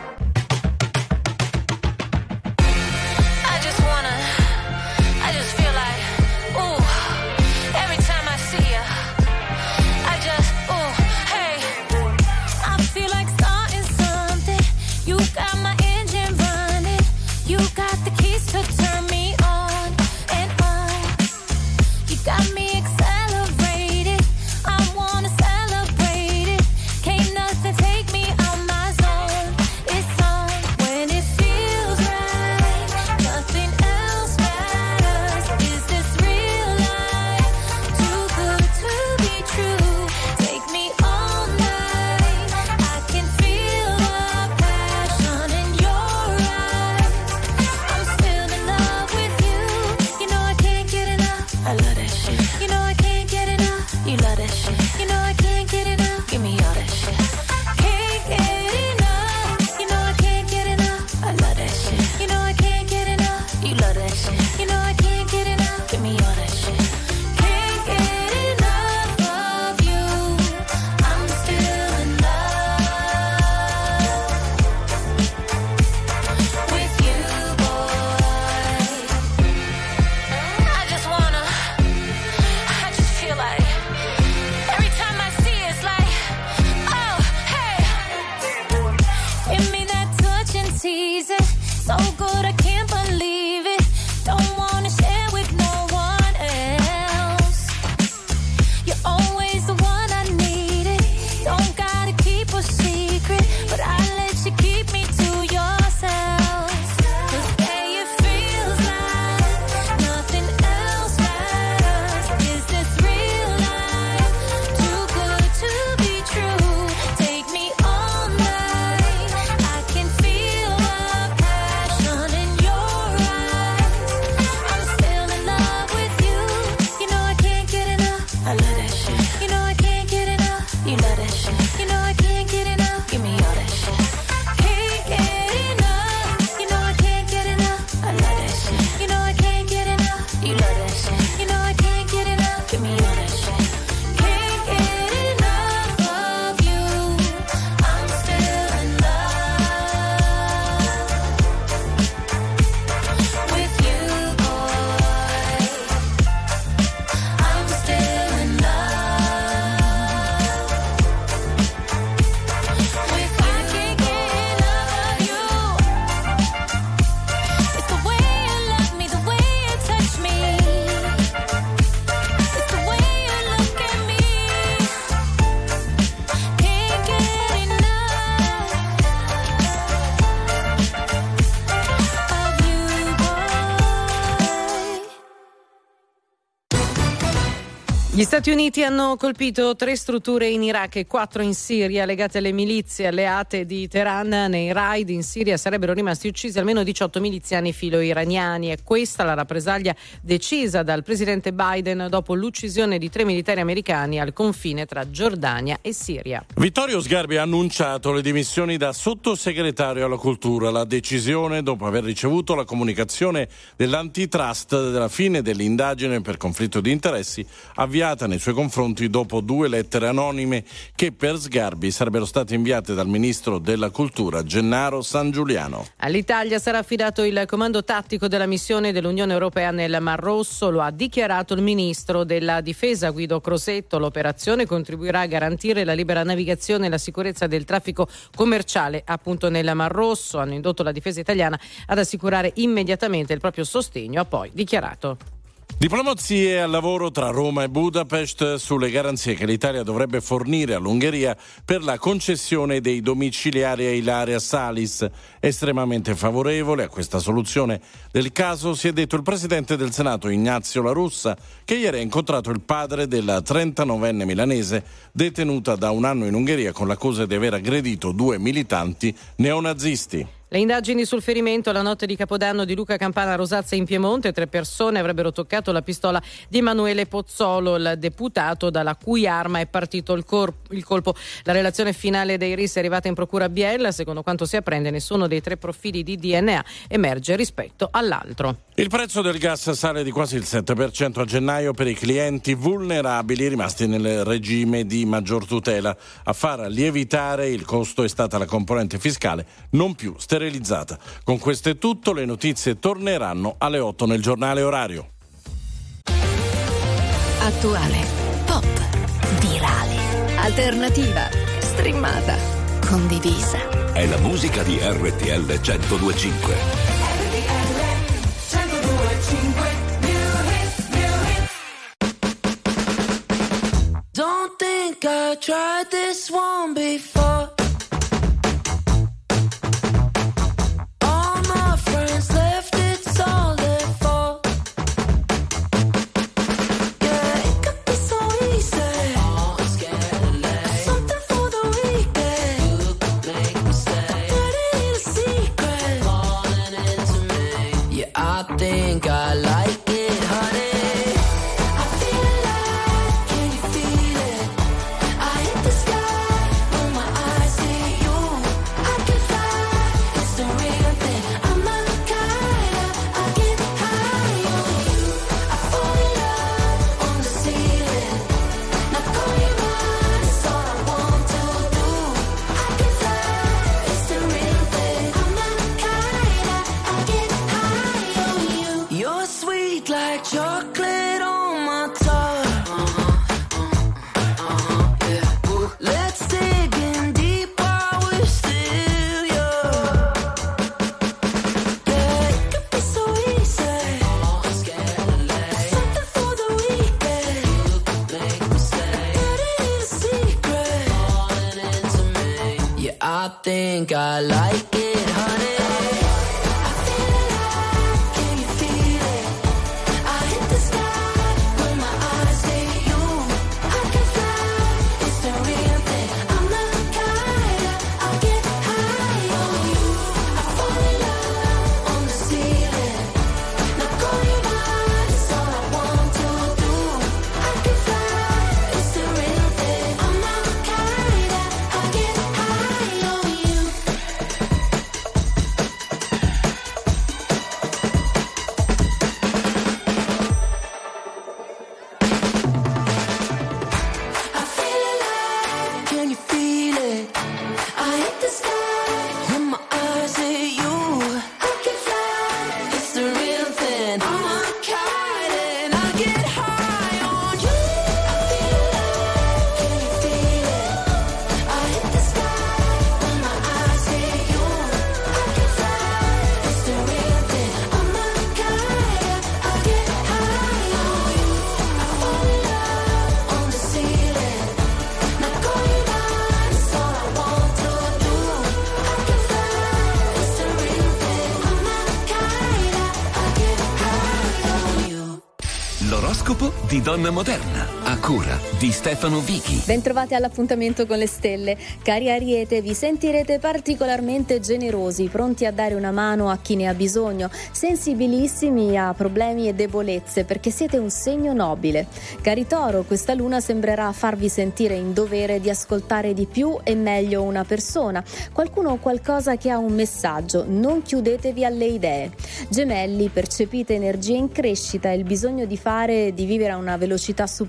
Gli Stati Uniti hanno colpito tre strutture in Iraq e quattro in Siria legate alle milizie alleate di Teheran. Nei raid in Siria sarebbero rimasti uccisi almeno diciotto miliziani filo-iraniani. È questa la rappresaglia decisa dal presidente Biden dopo l'uccisione di tre militari americani al confine tra Giordania e Siria. Vittorio Sgarbi ha annunciato le dimissioni da sottosegretario alla cultura. La decisione dopo aver ricevuto la comunicazione dell'antitrust della fine dell'indagine per conflitto di interessi avviata nei suoi confronti dopo due lettere anonime che per Sgarbi sarebbero state inviate dal ministro della cultura Gennaro Sangiuliano. All'Italia sarà affidato il comando tattico della missione dell'Unione Europea nel Mar Rosso, lo ha dichiarato il ministro della difesa Guido Crosetto. L'operazione contribuirà a garantire la libera navigazione e la sicurezza del traffico commerciale appunto nel Mar Rosso. Hanno indotto la difesa italiana ad assicurare immediatamente il proprio sostegno, ha poi dichiarato. Diplomazie al lavoro tra Roma e Budapest sulle garanzie che l'Italia dovrebbe fornire all'Ungheria per la concessione dei domiciliari a Ilaria Salis. Estremamente favorevole a questa soluzione del caso si è detto il presidente del Senato Ignazio La Russa, che ieri ha incontrato il padre della trentanovenne milanese detenuta da un anno in Ungheria con l'accusa di aver aggredito due militanti neonazisti. Le indagini sul ferimento la notte di Capodanno di Luca Campana a Rosazza in Piemonte. Tre persone avrebbero toccato la pistola di Emanuele Pozzolo, il deputato dalla cui arma è partito il, corp- il colpo. La relazione finale dei R I S è arrivata in procura a Biella. Secondo quanto si apprende, nessuno dei tre profili di D N A emerge rispetto all'altro. Il prezzo del gas sale di quasi il sette per cento a gennaio per i clienti vulnerabili rimasti nel regime di maggior tutela. A far lievitare il costo è stata la componente fiscale non più sterilizzata. Con questo è tutto, le notizie torneranno alle otto nel giornale orario. Attuale, pop, virale, alternativa, streamata, condivisa. È la musica di R T L centodue e cinque. Don't think I tried this one before. All my friends left, it's all their fault. Yeah, it could be so easy. Oh, I'm scared of late. Something for the weekend. You could make me stay. But it ain't a secret. Falling into me. Yeah, I think I like it, honey. Chocolate on my tongue. Uh-huh, uh-huh, yeah. Let's dig in deep while we're still young. Yeah, it could be so easy. Oh, I'm scared of late. Something for the weekend. You could make me stay. But it ain't a secret. Falling into me. Yeah, I think I like it, honey. Di Donna Moderna, a cura di Stefano Vichi. Bentrovati all'appuntamento con le stelle. Cari Ariete, vi sentirete particolarmente generosi, pronti a dare una mano a chi ne ha bisogno, sensibilissimi a problemi e debolezze, perché siete un segno nobile. Cari Toro, questa luna sembrerà farvi sentire in dovere di ascoltare di più e meglio una persona, qualcuno o qualcosa che ha un messaggio. Non chiudetevi alle idee. Gemelli, percepite energie in crescita e il bisogno di fare e di vivere a una velocità superiore.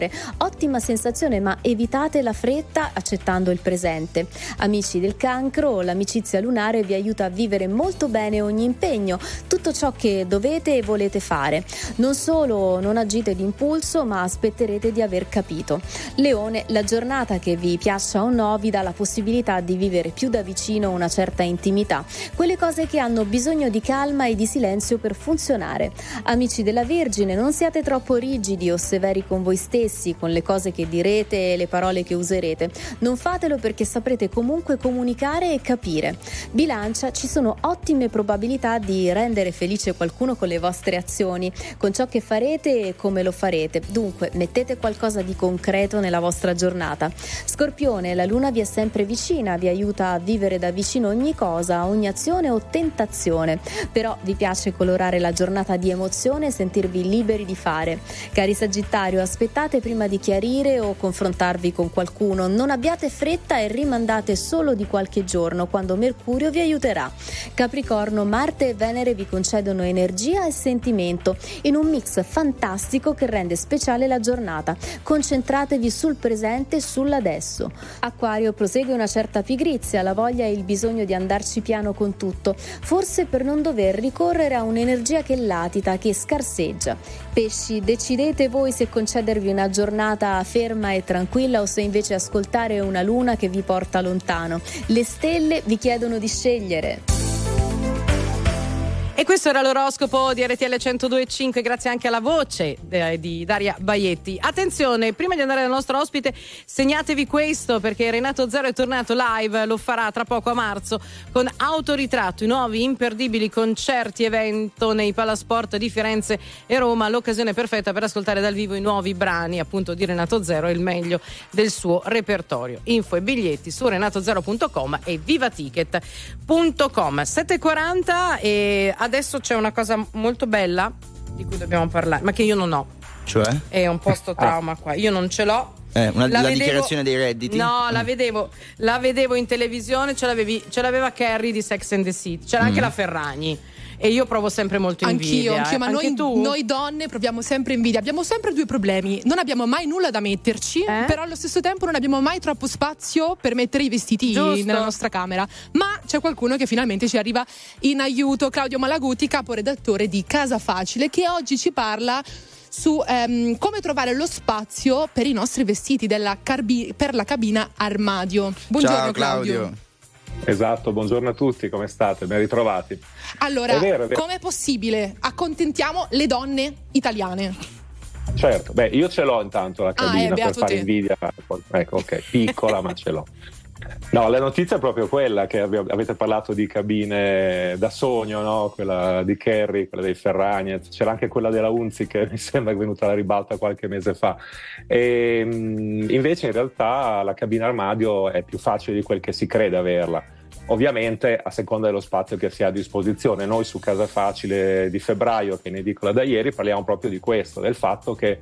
sempre. Ottima sensazione, ma evitate la fretta accettando il presente. Amici del Cancro, l'amicizia lunare vi aiuta a vivere molto bene ogni impegno, tutto ciò che dovete e volete fare. Non solo non agite d'impulso, ma aspetterete di aver capito. Leone, la giornata, che vi piaccia o no, vi dà la possibilità di vivere più da vicino una certa intimità, quelle cose che hanno bisogno di calma e di silenzio per funzionare. Amici della Vergine, non siate troppo rigidi o severi con voi stessi, con le cose che direte e le parole che userete. Non fatelo, perché saprete comunque comunicare e capire. Bilancia, ci sono ottime probabilità di rendere felice qualcuno con le vostre azioni, con ciò che farete e come lo farete. Dunque, mettete qualcosa di concreto nella vostra giornata. Scorpione, la luna vi è sempre vicina, vi aiuta a vivere da vicino ogni cosa, ogni azione o tentazione. Però vi piace colorare la giornata di emozione e sentirvi liberi di fare. Cari Sagittario, aspettate prima di chiarire o confrontarvi con qualcuno. Non abbiate fretta e rimandate solo di qualche giorno, quando Mercurio vi aiuterà. Capricorno, Marte e Venere vi concedono energia e sentimento in un mix fantastico che rende speciale la giornata. Concentratevi sul presente e sull'adesso. Acquario, prosegue una certa pigrizia, la voglia e il bisogno di andarci piano con tutto, forse per non dover ricorrere a un'energia che latita, che scarseggia. Pesci, decidete voi se concedervi una giornata ferma e tranquilla o se invece ascoltare una luna che vi porta lontano. Le stelle vi chiedono di scegliere. E questo era l'oroscopo di R T L centodue e cinque, grazie anche alla voce de- di Daria Baietti. Attenzione, prima di andare dal nostro ospite, segnatevi questo, perché Renato Zero è tornato live, lo farà tra poco a marzo con Autoritratto, i nuovi imperdibili concerti evento nei Palasport di Firenze e Roma, l'occasione perfetta per ascoltare dal vivo i nuovi brani appunto di Renato Zero e il meglio del suo repertorio. Info e biglietti su renato zero punto com e vivaticket punto com. sette e quaranta e adesso c'è una cosa molto bella di cui dobbiamo parlare, ma che io non ho. Cioè? È un po' sto trauma ah. qua. Io non ce l'ho. Eh, una, la, la vedevo, dichiarazione dei redditi? No, mm. la vedevo la vedevo in televisione, ce, l'avevi, ce l'aveva Carrie di Sex and the City, c'era mm. anche la Ferragni. E io provo sempre molto invidia. Anch'io, anch'io, ma anche noi, tu? noi donne proviamo sempre invidia. Abbiamo sempre due problemi: non abbiamo mai nulla da metterci, eh? però allo stesso tempo non abbiamo mai troppo spazio per mettere i vestiti Giusto. nella nostra camera. Ma c'è qualcuno che finalmente ci arriva in aiuto. Claudio Malaguti, caporedattore di Casa Facile, che oggi ci parla su ehm, come trovare lo spazio per i nostri vestiti della carbi- per la cabina armadio. Buongiorno. Ciao, Claudio. Claudio. Esatto, buongiorno a tutti, come state? Ben ritrovati. Allora, è vero, è vero. com'è possibile? Accontentiamo le donne italiane. Certo, beh, io ce l'ho intanto la cabina ah, per fare te. invidia. Ecco, ok, piccola, ma ce l'ho. No, la notizia è proprio quella che avete parlato di cabine da sogno, no? Quella di Carrie, quella dei Ferragni, c'era anche quella della Unzi che mi sembra è venuta alla ribalta qualche mese fa. E, invece in realtà la cabina armadio è più facile di quel che si crede averla. Ovviamente a seconda dello spazio che si ha a disposizione. Noi su Casa Facile di febbraio, che in edicola da ieri, parliamo proprio di questo, del fatto che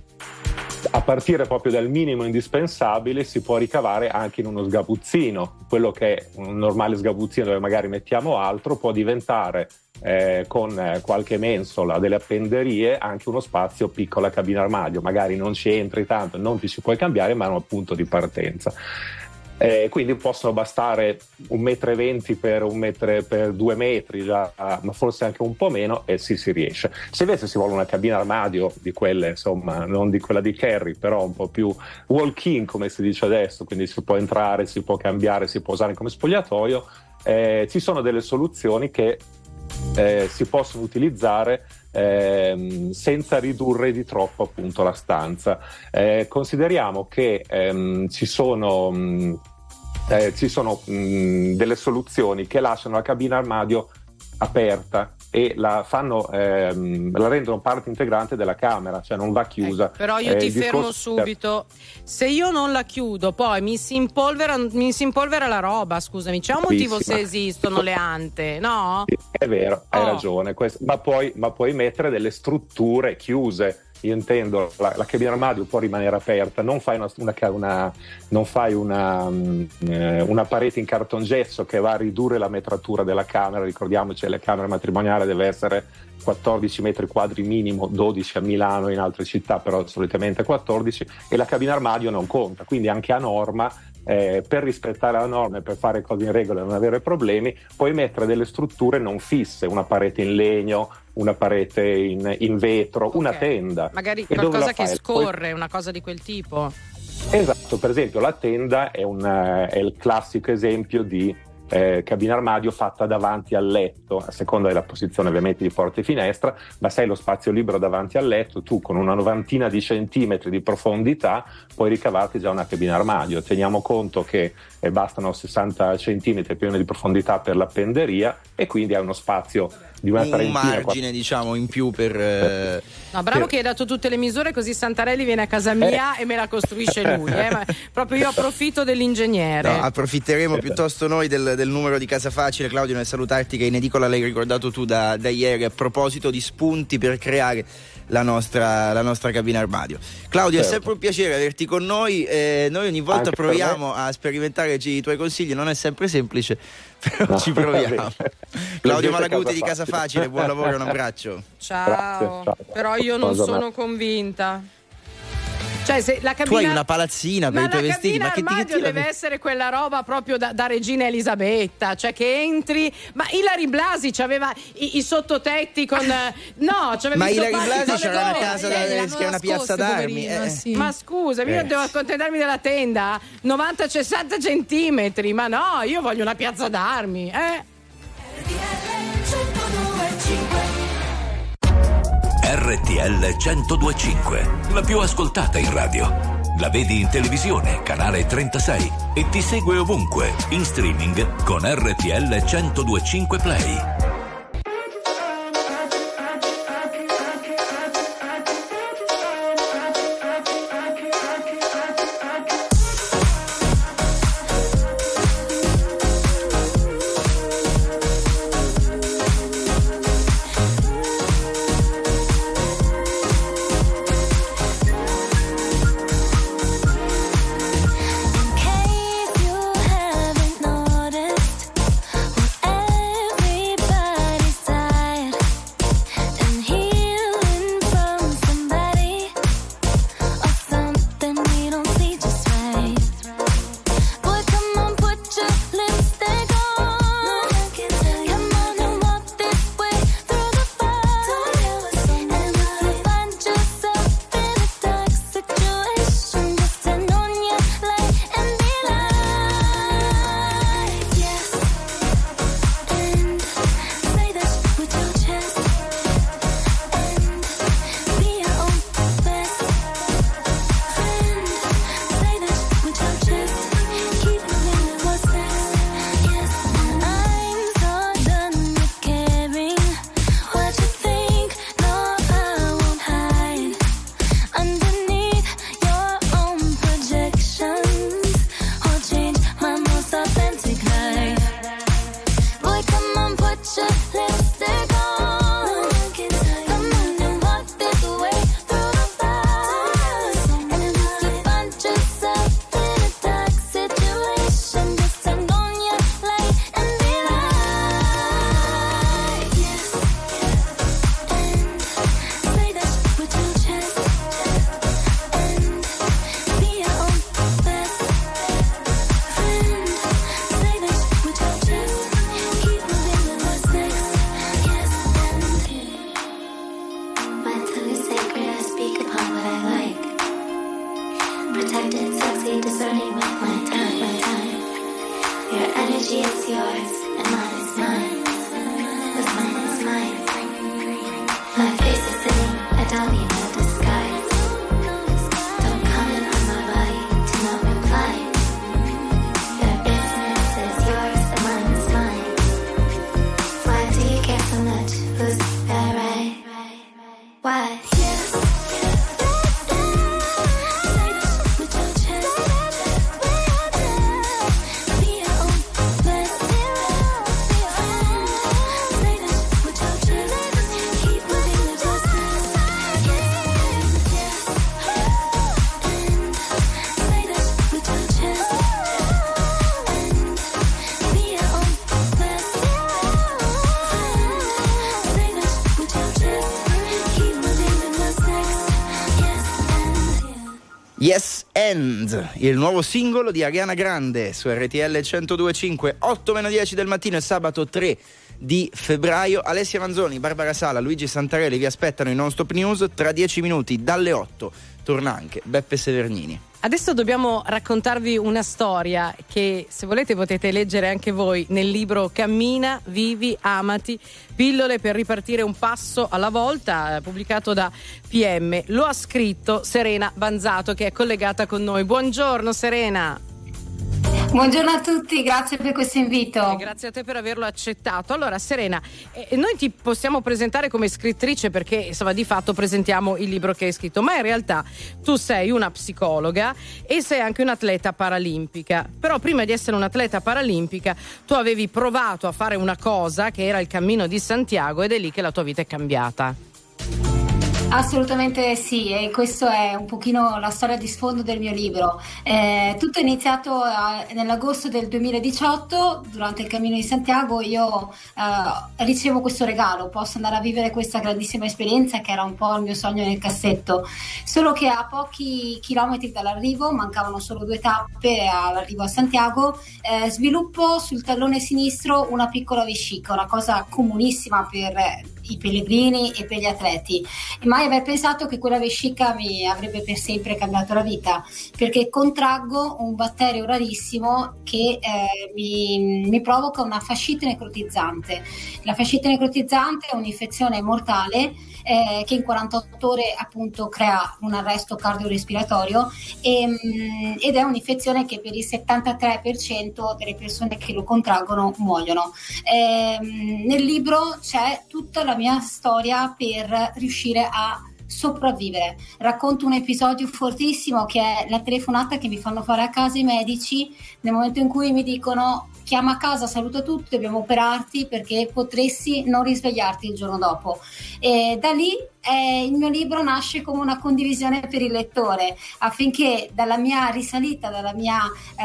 a partire proprio dal minimo indispensabile si può ricavare anche in uno sgabuzzino. Quello che è un normale sgabuzzino dove magari mettiamo altro può diventare eh, con eh, qualche mensola, delle appenderie, anche uno spazio piccola cabina armadio. Magari non ci entri tanto, non ti ci puoi cambiare, ma è un punto di partenza. Eh, quindi possono bastare un metro e venti per un metro per due metri già, ma forse anche un po' meno, e sì, si riesce. Se invece si vuole una cabina armadio di quelle, insomma, non di quella di Carrie, però un po' più walk-in come si dice adesso, quindi si può entrare, si può cambiare, si può usare come spogliatoio, eh, ci sono delle soluzioni che eh, si possono utilizzare ehm, senza ridurre di troppo appunto la stanza. Eh, consideriamo che ehm, ci sono mh, eh, ci sono mh, delle soluzioni che lasciano la cabina armadio aperta e la fanno ehm, la rendono parte integrante della camera, cioè non va chiusa. Ecco, però io eh, ti fermo discorso... subito. Se io non la chiudo, poi mi si impolvera, mi si impolvera la roba, scusami, c'è un motivo se esistono le ante, no? È vero, hai oh. ragione, questo, ma, puoi, ma puoi mettere delle strutture chiuse io intendo la, la cabina armadio può rimanere aperta, non fai una, una, una, non fai una, eh, una parete in cartongesso che va a ridurre la metratura della camera. Ricordiamoci, la camera matrimoniale deve essere quattordici metri quadri minimo, dodici a Milano, in altre città però solitamente quattordici, e la cabina armadio non conta, quindi anche a norma, eh, per rispettare la norma e per fare cose in regola e non avere problemi, puoi mettere delle strutture non fisse, una parete in legno, una parete in, in vetro, okay. Una tenda. Magari e qualcosa che fai? scorre, Poi... una cosa di quel tipo. Esatto, per esempio la tenda è, un, è il classico esempio di Eh, cabina armadio fatta davanti al letto, a seconda della posizione ovviamente di porta e finestra, ma se hai lo spazio libero davanti al letto, tu con una novantina di centimetri di profondità puoi ricavarti già una cabina armadio. Teniamo conto che eh, bastano sessanta centimetri più o meno di profondità per la penderia, e quindi hai uno spazio di una un trentina, margine quattro... diciamo in più per eh... no, bravo per... che hai dato tutte le misure, così Santarelli viene a casa mia eh. e me la costruisce lui, eh? Ma proprio io approfitto dell'ingegnere. No, approfitteremo piuttosto noi del, del numero di Casa Facile. Claudio, nel salutarti, che in edicola l'hai ricordato tu da, da ieri a proposito di spunti per creare la nostra, la nostra cabina armadio. Claudio, certo. È sempre un piacere averti con noi, eh, noi ogni volta anche proviamo a sperimentare i tuoi consigli, non è sempre semplice, però no, ci proviamo. Claudio Malaguti di Casa Facile, buon lavoro, un abbraccio. Ciao. Grazie, ciao. Però io non sono convinta. Cioè, se la cabina... Tu hai una palazzina per ma i tuoi vestiti, ma che ti armadio deve essere quella roba proprio da, da regina Elisabetta, cioè che entri. Ma Ilary Blasi c'aveva i, i sottotetti con no, c'aveva ma i Ilary sottopassi Blasi c'era una casa da, che è una piazza d'armi, eh. sì. Ma scusa, io eh. devo accontentarmi della tenda novanta sessanta centimetri, ma no, io voglio una piazza d'armi, eh. R T L centodue e cinque, la più ascoltata in radio. La vedi in televisione, canale trentasei, e ti segue ovunque, in streaming con R T L centodue e cinque Play. Case you haven't noticed, what everybody Yes and, il nuovo singolo di Ariana Grande su R T L centodue e cinque, otto meno dieci del mattino, è sabato tre di febbraio. Alessia Manzoni, Barbara Sala, Luigi Santarelli vi aspettano in Non Stop News. Tra dieci minuti dalle otto torna anche Beppe Severnini. Adesso dobbiamo raccontarvi una storia che, se volete, potete leggere anche voi nel libro Cammina, Vivi, Amati, pillole per ripartire un passo alla volta, pubblicato da P M. Lo ha scritto Serena Banzato, che è collegata con noi. Buongiorno Serena. Buongiorno a tutti, grazie per questo invito. E grazie a te per averlo accettato. Allora Serena, eh, noi ti possiamo presentare come scrittrice perché insomma di fatto presentiamo il libro che hai scritto, ma in realtà tu sei una psicologa e sei anche un'atleta paralimpica. Però prima di essere un'atleta paralimpica tu avevi provato a fare una cosa che era il Cammino di Santiago, ed è lì che la tua vita è cambiata. Assolutamente sì, e questo è un pochino la storia di sfondo del mio libro. Eh, tutto è iniziato eh, nell'agosto del duemiladiciotto, durante il Cammino di Santiago. Io eh, ricevo questo regalo, posso andare a vivere questa grandissima esperienza che era un po' il mio sogno nel cassetto, solo che a pochi chilometri dall'arrivo, mancavano solo due tappe all'arrivo a Santiago, eh, sviluppo sul tallone sinistro una piccola vescica, una cosa comunissima per i pellegrini e per gli atleti. Mai aver pensato che quella vescica mi avrebbe per sempre cambiato la vita, perché contraggo un batterio rarissimo che eh, mi, mi provoca una fascite necrotizzante. La fascite necrotizzante è un'infezione mortale eh, che in quarantotto ore appunto crea un arresto cardiorespiratorio e, mh, ed è un'infezione che per il settantatré per cento delle persone che lo contraggono muoiono. Eh, nel libro c'è tutta la mia storia per riuscire a sopravvivere. Racconto un episodio fortissimo che è la telefonata che mi fanno fare a casa i medici nel momento in cui mi dicono: chiama a casa, saluta tutti, dobbiamo operarti perché potresti non risvegliarti il giorno dopo. E da lì eh, il mio libro nasce come una condivisione per il lettore, affinché dalla mia risalita, dalla mia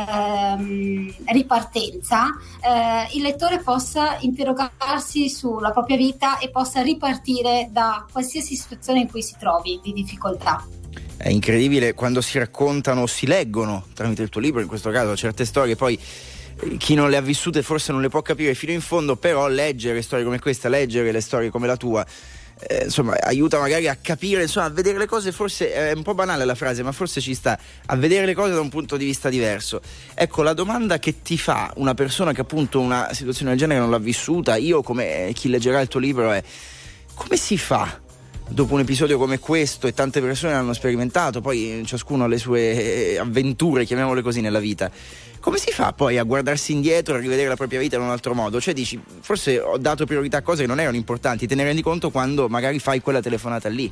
ehm, ripartenza, eh, il lettore possa interrogarsi sulla propria vita e possa ripartire da qualsiasi situazione in cui si trovi di difficoltà. È incredibile quando si raccontano o si leggono tramite il tuo libro, in questo caso, certe storie. Poi chi non le ha vissute forse non le può capire fino in fondo, però leggere storie come questa, leggere le storie come la tua, eh, insomma, aiuta magari a capire, insomma, a vedere le cose. Forse è un po' banale la frase, ma forse ci sta, a vedere le cose da un punto di vista diverso. Ecco, la domanda che ti fa una persona che appunto una situazione del genere non l'ha vissuta, io come chi leggerà il tuo libro, è: come si fa dopo un episodio come questo? E tante persone l'hanno sperimentato, poi ciascuno ha le sue avventure, chiamiamole così, nella vita. Come si fa poi a guardarsi indietro e a rivedere la propria vita in un altro modo? Cioè dici, forse ho dato priorità a cose che non erano importanti, te ne rendi conto quando magari fai quella telefonata lì.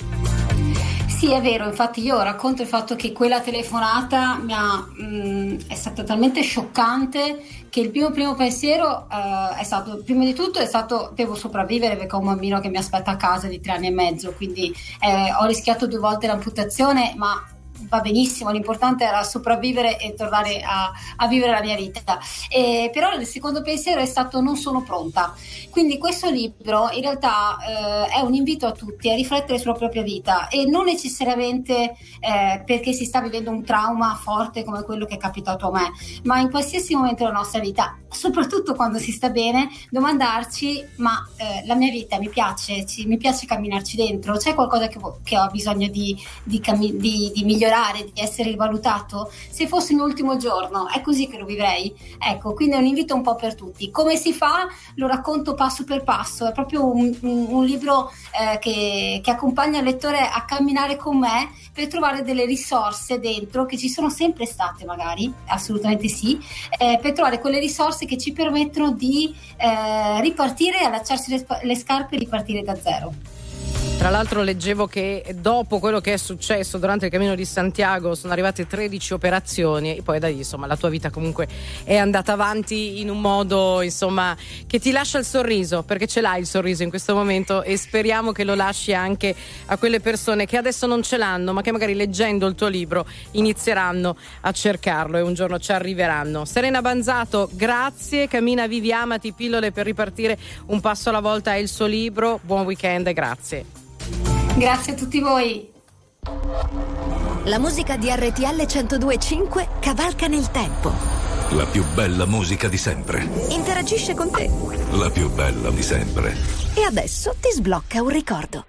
Sì, è vero, infatti io racconto il fatto che quella telefonata mi ha, mh, è stata talmente scioccante che il primo primo pensiero uh, è stato, prima di tutto è stato: devo sopravvivere perché ho un bambino che mi aspetta a casa di tre anni e mezzo, quindi eh, ho rischiato due volte l'amputazione, ma va benissimo, l'importante era sopravvivere e tornare a, a vivere la mia vita. E, però il secondo pensiero è stato: non sono pronta. Quindi questo libro in realtà eh, è un invito a tutti a riflettere sulla propria vita, e non necessariamente eh, perché si sta vivendo un trauma forte come quello che è capitato a me, ma in qualsiasi momento della nostra vita, soprattutto quando si sta bene, domandarci: ma eh, la mia vita mi piace, ci, mi piace camminarci dentro, c'è qualcosa che, che ho bisogno di, di, cammi- di, di migliorare, di essere rivalutato? Se fosse il mio ultimo giorno, è così che lo vivrei? Ecco, quindi è un invito un po' per tutti. Come si fa? Lo racconto passo per passo, è proprio un, un, un libro eh, che, che accompagna il lettore a camminare con me per trovare delle risorse dentro, che ci sono sempre state magari, assolutamente sì, eh, per trovare quelle risorse che ci permettono di eh, ripartire, allacciarsi le, le scarpe e ripartire da zero. Tra l'altro leggevo che dopo quello che è successo durante il Cammino di Santiago sono arrivate tredici operazioni, e poi da lì insomma la tua vita comunque è andata avanti in un modo, insomma, che ti lascia il sorriso, perché ce l'hai il sorriso in questo momento, e speriamo che lo lasci anche a quelle persone che adesso non ce l'hanno, ma che magari leggendo il tuo libro inizieranno a cercarlo e un giorno ci arriveranno. Serena Banzato, grazie. Cammina, Vivi, Amati, pillole per ripartire un passo alla volta è il suo libro. Buon weekend e grazie. Grazie a tutti voi. La musica di R T L centodue e cinque cavalca nel tempo. La più bella musica di sempre. Interagisce con te. La più bella di sempre. E adesso ti sblocca un ricordo.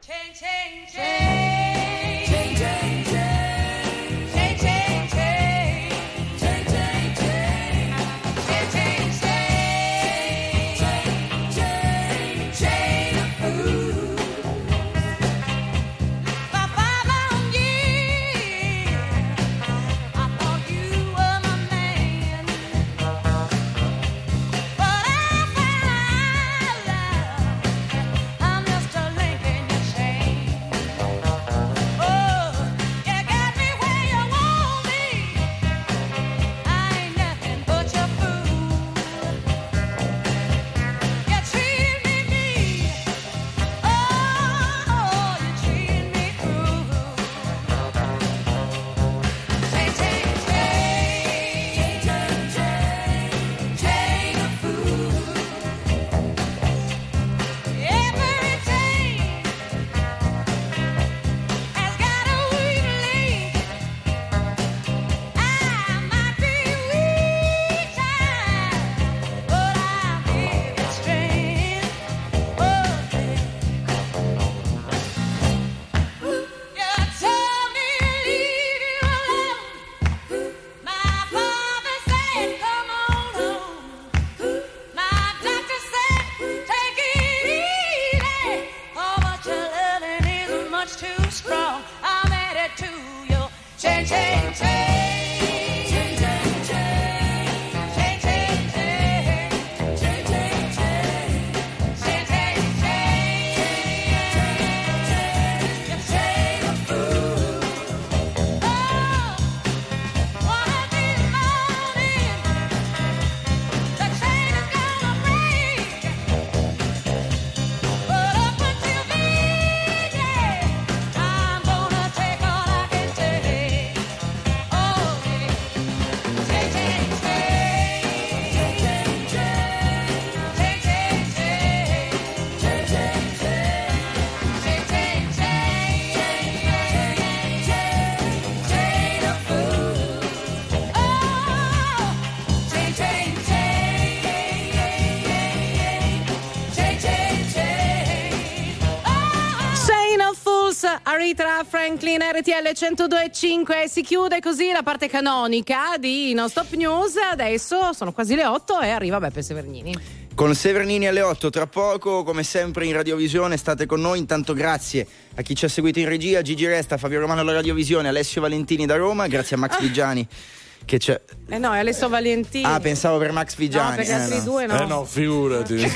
Aretha Franklin, R T L centodue e cinque. Si chiude così la parte canonica di Non Stop News. Adesso sono quasi le otto e arriva Beppe Severnini. Con Severnini alle otto tra poco, come sempre in radiovisione, state con noi. Intanto grazie a chi ci ha seguito in regia, Gigi Resta, Fabio Romano alla radiovisione, Alessio Valentini da Roma, grazie a Max Vigiani che c'è. Eh no, è Alessio Valentini. Ah, pensavo per Max Vigiani. No, per gli altri eh, no. due no. Eh no, figurati.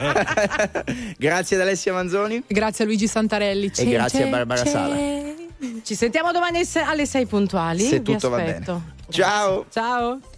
Grazie ad Alessia Manzoni. Grazie a Luigi Santarelli. E grazie a Barbara Sala. Ci sentiamo domani alle sei puntuali. Se Vi tutto va aspetto. bene. Ciao. Ciao.